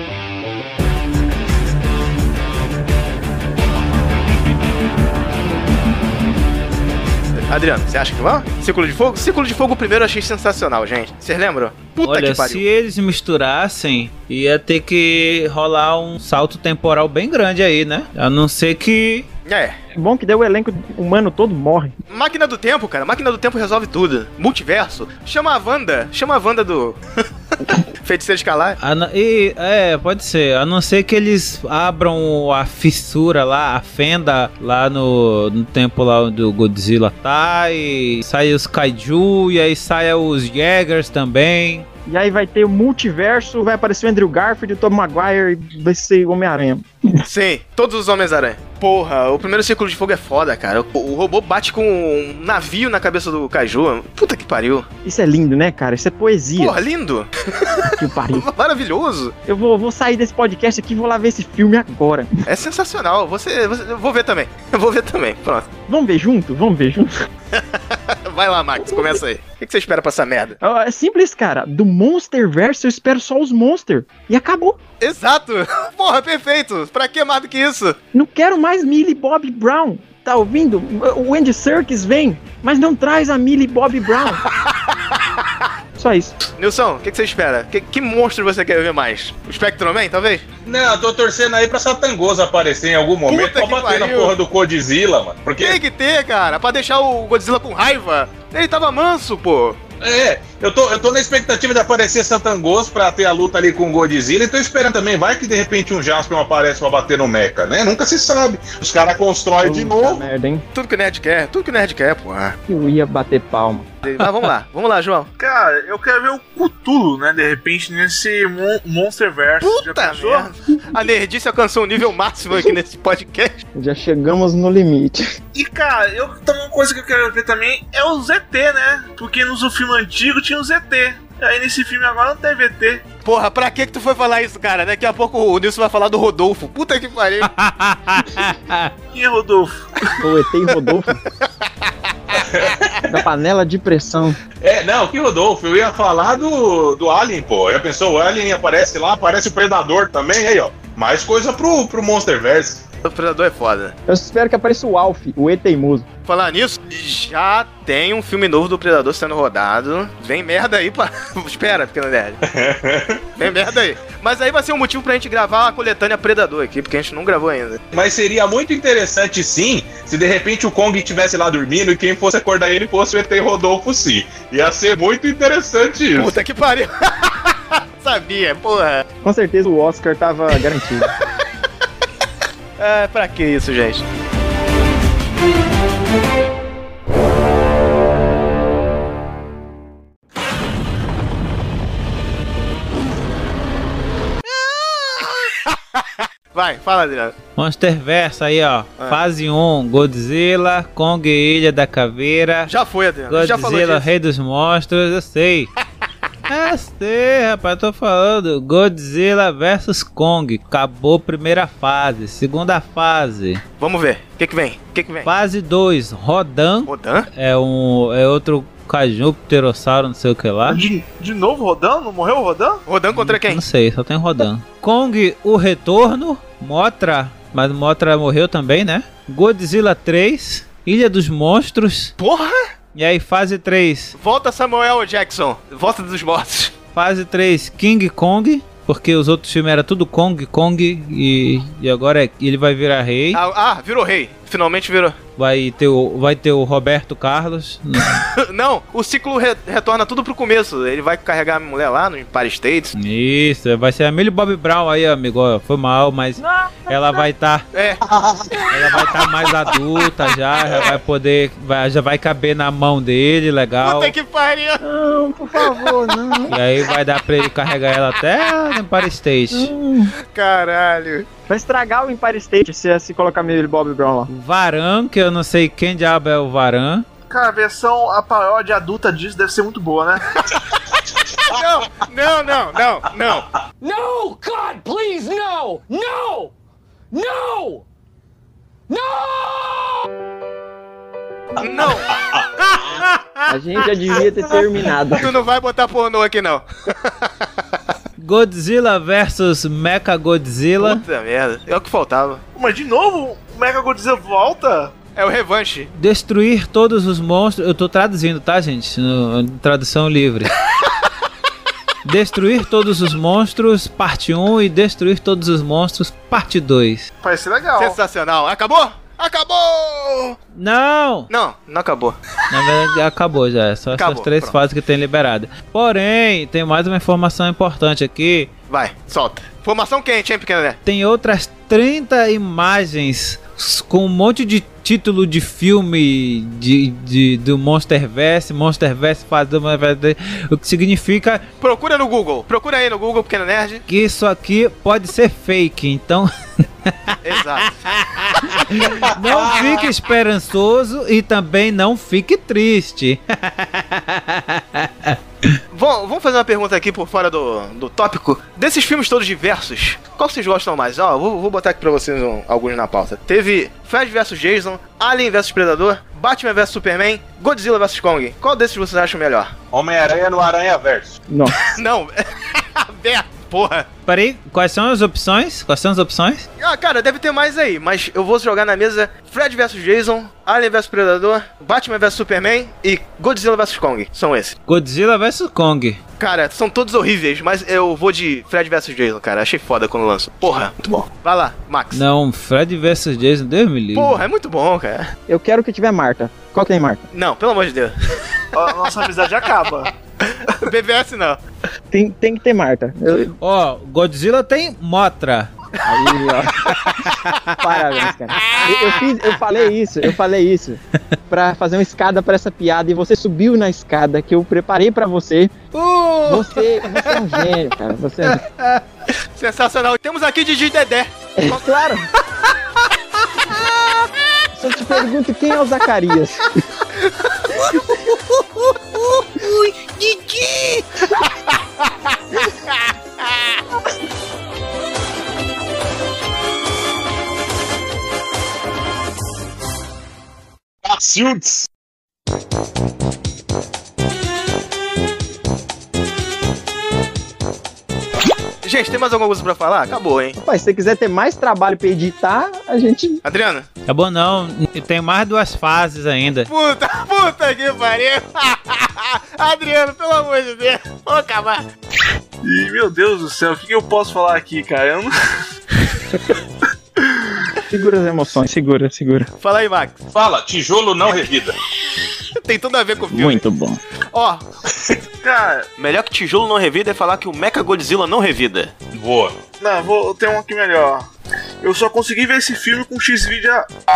Adriano, você acha que vão? Círculo de Fogo? Círculo de Fogo primeiro eu achei sensacional, gente. Vocês lembram? Puta Olha, que pariu. se eles misturassem, ia ter que rolar um salto temporal bem grande aí, né? A não ser que... É bom que daí o elenco humano todo morre. Máquina do Tempo, cara. Máquina do Tempo resolve tudo. Multiverso. Chama a Wanda do... Feiticeiro Escalar. Pode ser. A não ser que eles abram a fissura lá, a fenda lá no tempo lá onde o Godzilla tá, e sai os Kaiju, e aí sai os Jaegers também. E aí vai ter o multiverso, vai aparecer o Andrew Garfield, o Tobey Maguire e vai ser o Homem-Aranha. Sim, todos os Homens-Aranha. Porra, o primeiro Círculo de Fogo é foda, cara. O robô bate com um navio na cabeça do Kaiju. Puta que pariu. Isso é lindo, né, cara? Isso é poesia. Porra, lindo. Que pariu. Maravilhoso. Eu vou sair desse podcast aqui e vou lá ver esse filme agora. É sensacional. Eu vou ver também. Pronto. Vamos ver junto? Vai lá, Max, começa aí. O que você espera pra essa merda? É simples, cara. Do Monsterverse eu espero só os Monster. E acabou. Exato. Porra, perfeito. Pra que mais do que isso? Não quero mais Millie Bobby Brown. Tá ouvindo? O Andy Serkis vem, mas não traz a Millie Bobby Brown. Só isso. Nilson, o que você espera? Que monstro você quer ver mais? O Spectrum Man, talvez? Não, eu tô torcendo aí pra Satangoso aparecer em algum momento pra bater na porra do Godzilla, mano. Porque... Tem que ter, cara, pra deixar o Godzilla com raiva. Ele tava manso, pô. Eu tô na expectativa de aparecer Satangoso pra ter a luta ali com o Godzilla e tô esperando também, vai que de repente um Jaspion aparece pra bater no Mecha, né? Nunca se sabe. Os caras constroem de novo. Merda, hein? Tudo que o nerd quer, porra. Eu ia bater palma. Mas vamos lá, João. Cara, eu quero ver o Cthulhu, né, de repente, nesse Monsterverse. Puta merda. A nerdice alcançou um nível máximo aqui nesse podcast. Já chegamos no limite. E, cara, uma coisa que eu quero ver também é o ZT, né? Porque no filme antigo tinha o ZT. Aí nesse filme agora não tem VT. Porra, pra que tu foi falar isso, cara? Daqui a pouco o Nilson vai falar do Rodolfo. Puta que pariu. Quem é Rodolfo? O ET Rodolfo. Da panela de pressão. Não, que Rodolfo? Eu ia falar do Alien, pô. Já pensou, o Alien aparece lá, aparece o Predador também, aí, ó. Mais coisa pro Monsterverse. O Predador é foda. Eu espero que apareça o Alf, o E teimoso. Falar nisso, já tem um filme novo do Predador sendo rodado. Vem merda aí pra... Espera, Pequeno Nerd. Vem merda aí. Mas aí vai ser um motivo pra gente gravar a coletânea Predador aqui, porque a gente não gravou ainda. Mas seria muito interessante, sim, se de repente o Kong estivesse lá dormindo e quem fosse acordar ele fosse o ET Rodolfo, sim. Ia ser muito interessante isso. Puta que pariu. Sabia, porra. Com certeza o Oscar tava garantido. Pra que isso, gente? Vai, fala, Adriano. Monsterverse aí, ó. Fase 1, Godzilla, Kong Ilha da Caveira. Já foi, Adriano. Godzilla, já falou disso. Rei dos Monstros, eu sei. Eu sei, rapaz, tô falando. Godzilla vs Kong. Acabou a primeira fase. Segunda fase. Vamos ver. O que vem? Fase 2, Rodan. Rodan? É outro Kaiju, pterossauro, não sei o que lá. De novo Rodan? Não morreu o Rodan? Rodan contra quem? Não sei, só tem Rodan. Kong, o Retorno. Mothra, mas Mothra morreu também, né? Godzilla 3. Ilha dos Monstros. Porra! E aí, fase 3. Volta Samuel Jackson. Volta dos mortos. Fase 3, King Kong. Porque os outros filmes eram tudo Kong e agora ele vai virar rei. Virou rei. Finalmente virou. Vai ter o Roberto Carlos. Não, o ciclo retorna tudo pro começo. Ele vai carregar a mulher lá no Empire State. Isso, vai ser a Millie Bobby Brown aí, amigo. Ó, foi mal, mas ela vai estar. Ela vai estar mais adulta já vai poder. Já vai caber na mão dele, legal. Puta que pariu! Não, por favor, não. E aí vai dar pra ele carregar ela até no Empire State. Caralho. Vai estragar o Empire State se colocar Millie Bobby Brown lá. Varan, que eu não sei quem diabo é o Varan. Cara, a versão, a paródia adulta disso deve ser muito boa, né? Não. No, God, please, no! No! No! No! Não! A gente já devia ter terminado. Tu não vai botar pornô aqui, não. Godzilla vs Mechagodzilla. Puta merda, é o que faltava. Mas de novo, o Mechagodzilla volta? É o revanche. Destruir todos os monstros. Eu tô traduzindo, tá, gente? Tradução livre. Destruir todos os monstros, parte 1, e destruir todos os monstros, parte 2. Parece legal. Sensacional. Acabou? Acabou! Não! Não acabou. Na verdade, acabou já. É só essas 3 fases que tem liberada. Porém, tem mais uma informação importante aqui. Vai, solta. Informação quente, hein, pequeno, né? Tem outras 30 imagens com um monte de título de filme do Monsterverse fase do Monsterverse, o que significa... Procura no Google, procura aí no Google, pequeno nerd. Que isso aqui pode ser fake, então... Exato. Não fique esperançoso e também não fique triste. Vamos fazer uma pergunta aqui por fora do tópico. Desses filmes todos diversos, qual vocês gostam mais? Ó, vou botar aqui pra vocês alguns na pauta. Teve Fred vs Jason, Alien vs Predador, Batman vs Superman, Godzilla vs Kong. Qual desses vocês acham melhor? Homem-Aranha no Aranha-Verso. Não. Porra. Peraí, quais são as opções? Ah, cara, deve ter mais aí, mas eu vou jogar na mesa Fred vs Jason, Alien vs Predador, Batman vs Superman e Godzilla vs Kong. São esses. Godzilla vs Kong. Cara, são todos horríveis, mas eu vou de Fred vs Jason, cara. Achei foda quando lançou. Porra, muito bom. Vai lá, Max. Não, Fred vs Jason, Deus me livre. Porra, é muito bom, cara. Eu quero que tiver Marta. Qual que tem Marta? Não, pelo amor de Deus. Nossa amizade acaba. BVS não. Tem que ter Marta. Ó, Godzilla tem Mothra. Aí, ó. Parabéns, cara. Eu falei isso pra fazer uma escada pra essa piada e você subiu na escada que eu preparei pra você. Você é um gênio, cara. Você é... Sensacional. Temos aqui Didi Dedé. Claro. Se eu te pergunto quem é o Zacarias. Didi! Suits. Gente, tem mais alguma coisa pra falar? Acabou, hein? Rapaz, se você quiser ter mais trabalho pra editar, a gente... Adriano? Acabou não, tem mais 2 fases ainda. Puta que pariu. Adriano, pelo amor de Deus. Vamos acabar. Ih, meu Deus do céu, o que eu posso falar aqui, cara? Eu não... Segura as emoções, segura. Fala aí, Max. Fala, tijolo não revida. Tem tudo a ver com o filme. Muito bom. Ó, cara, melhor que tijolo não revida é falar que o Mechagodzilla não revida. Boa. Não, ter um aqui melhor. Eu só consegui ver esse filme com X-Video.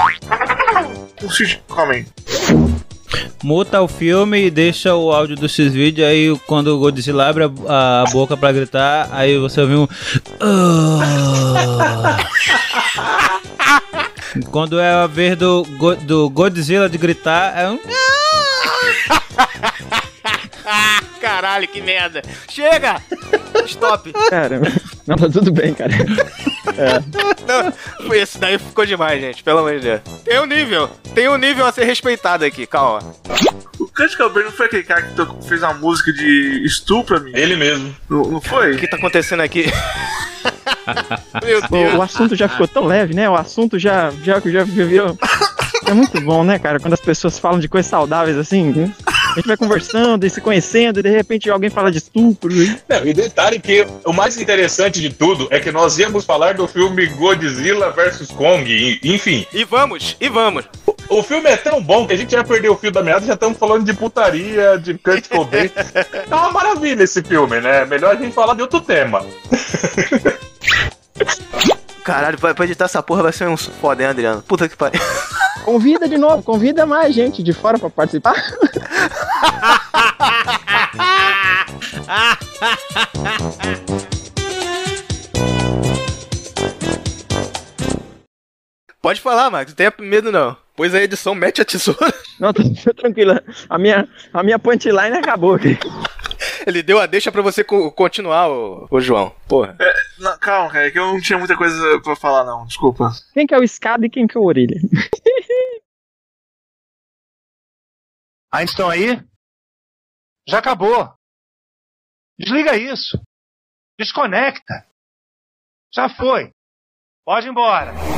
Calma aí. Muta o filme e deixa o áudio do X-Video, aí quando o Godzilla abre a boca pra gritar, aí você ouve um... Quando é a vez do Godzilla de gritar, é um... Caralho, que merda. Chega! Stop. Cara, não, tá tudo bem, cara. Não, esse daí ficou demais, gente, pelo amor de Deus. Tem um nível a ser respeitado aqui, calma. O Kurt Cobain não foi aquele cara que fez uma música de estupro, amigo? Ele mesmo. Não foi? O que tá acontecendo aqui? Meu Deus. O assunto já ficou tão leve, né? O assunto já virou... É muito bom, né, cara? Quando as pessoas falam de coisas saudáveis assim. A gente vai conversando e se conhecendo, e de repente alguém fala de estupro. Não, e detalhe que o mais interessante de tudo é que nós íamos falar do filme Godzilla vs Kong, enfim. E vamos. O filme é tão bom que a gente já perdeu o fio da meada e já estamos falando de putaria, de Kurt Cobain. É uma maravilha esse filme, né? Melhor a gente falar de outro tema. Caralho, pra editar essa porra vai ser um foda, hein, Adriano? Puta que pariu. Convida de novo, convida mais gente de fora pra participar. Pode falar, Marcos, não tenha medo não. Pois a edição mete a tesoura. Não, tô tranquilo. A minha punchline acabou aqui. Ele deu a deixa pra você continuar, ô João. Porra. Não, calma, cara, é que eu não tinha muita coisa pra falar, não. Desculpa. Quem que é o escada e quem que é o orelha? Ainda estão aí? Já acabou. Desliga isso. Desconecta. Já foi. Pode ir embora.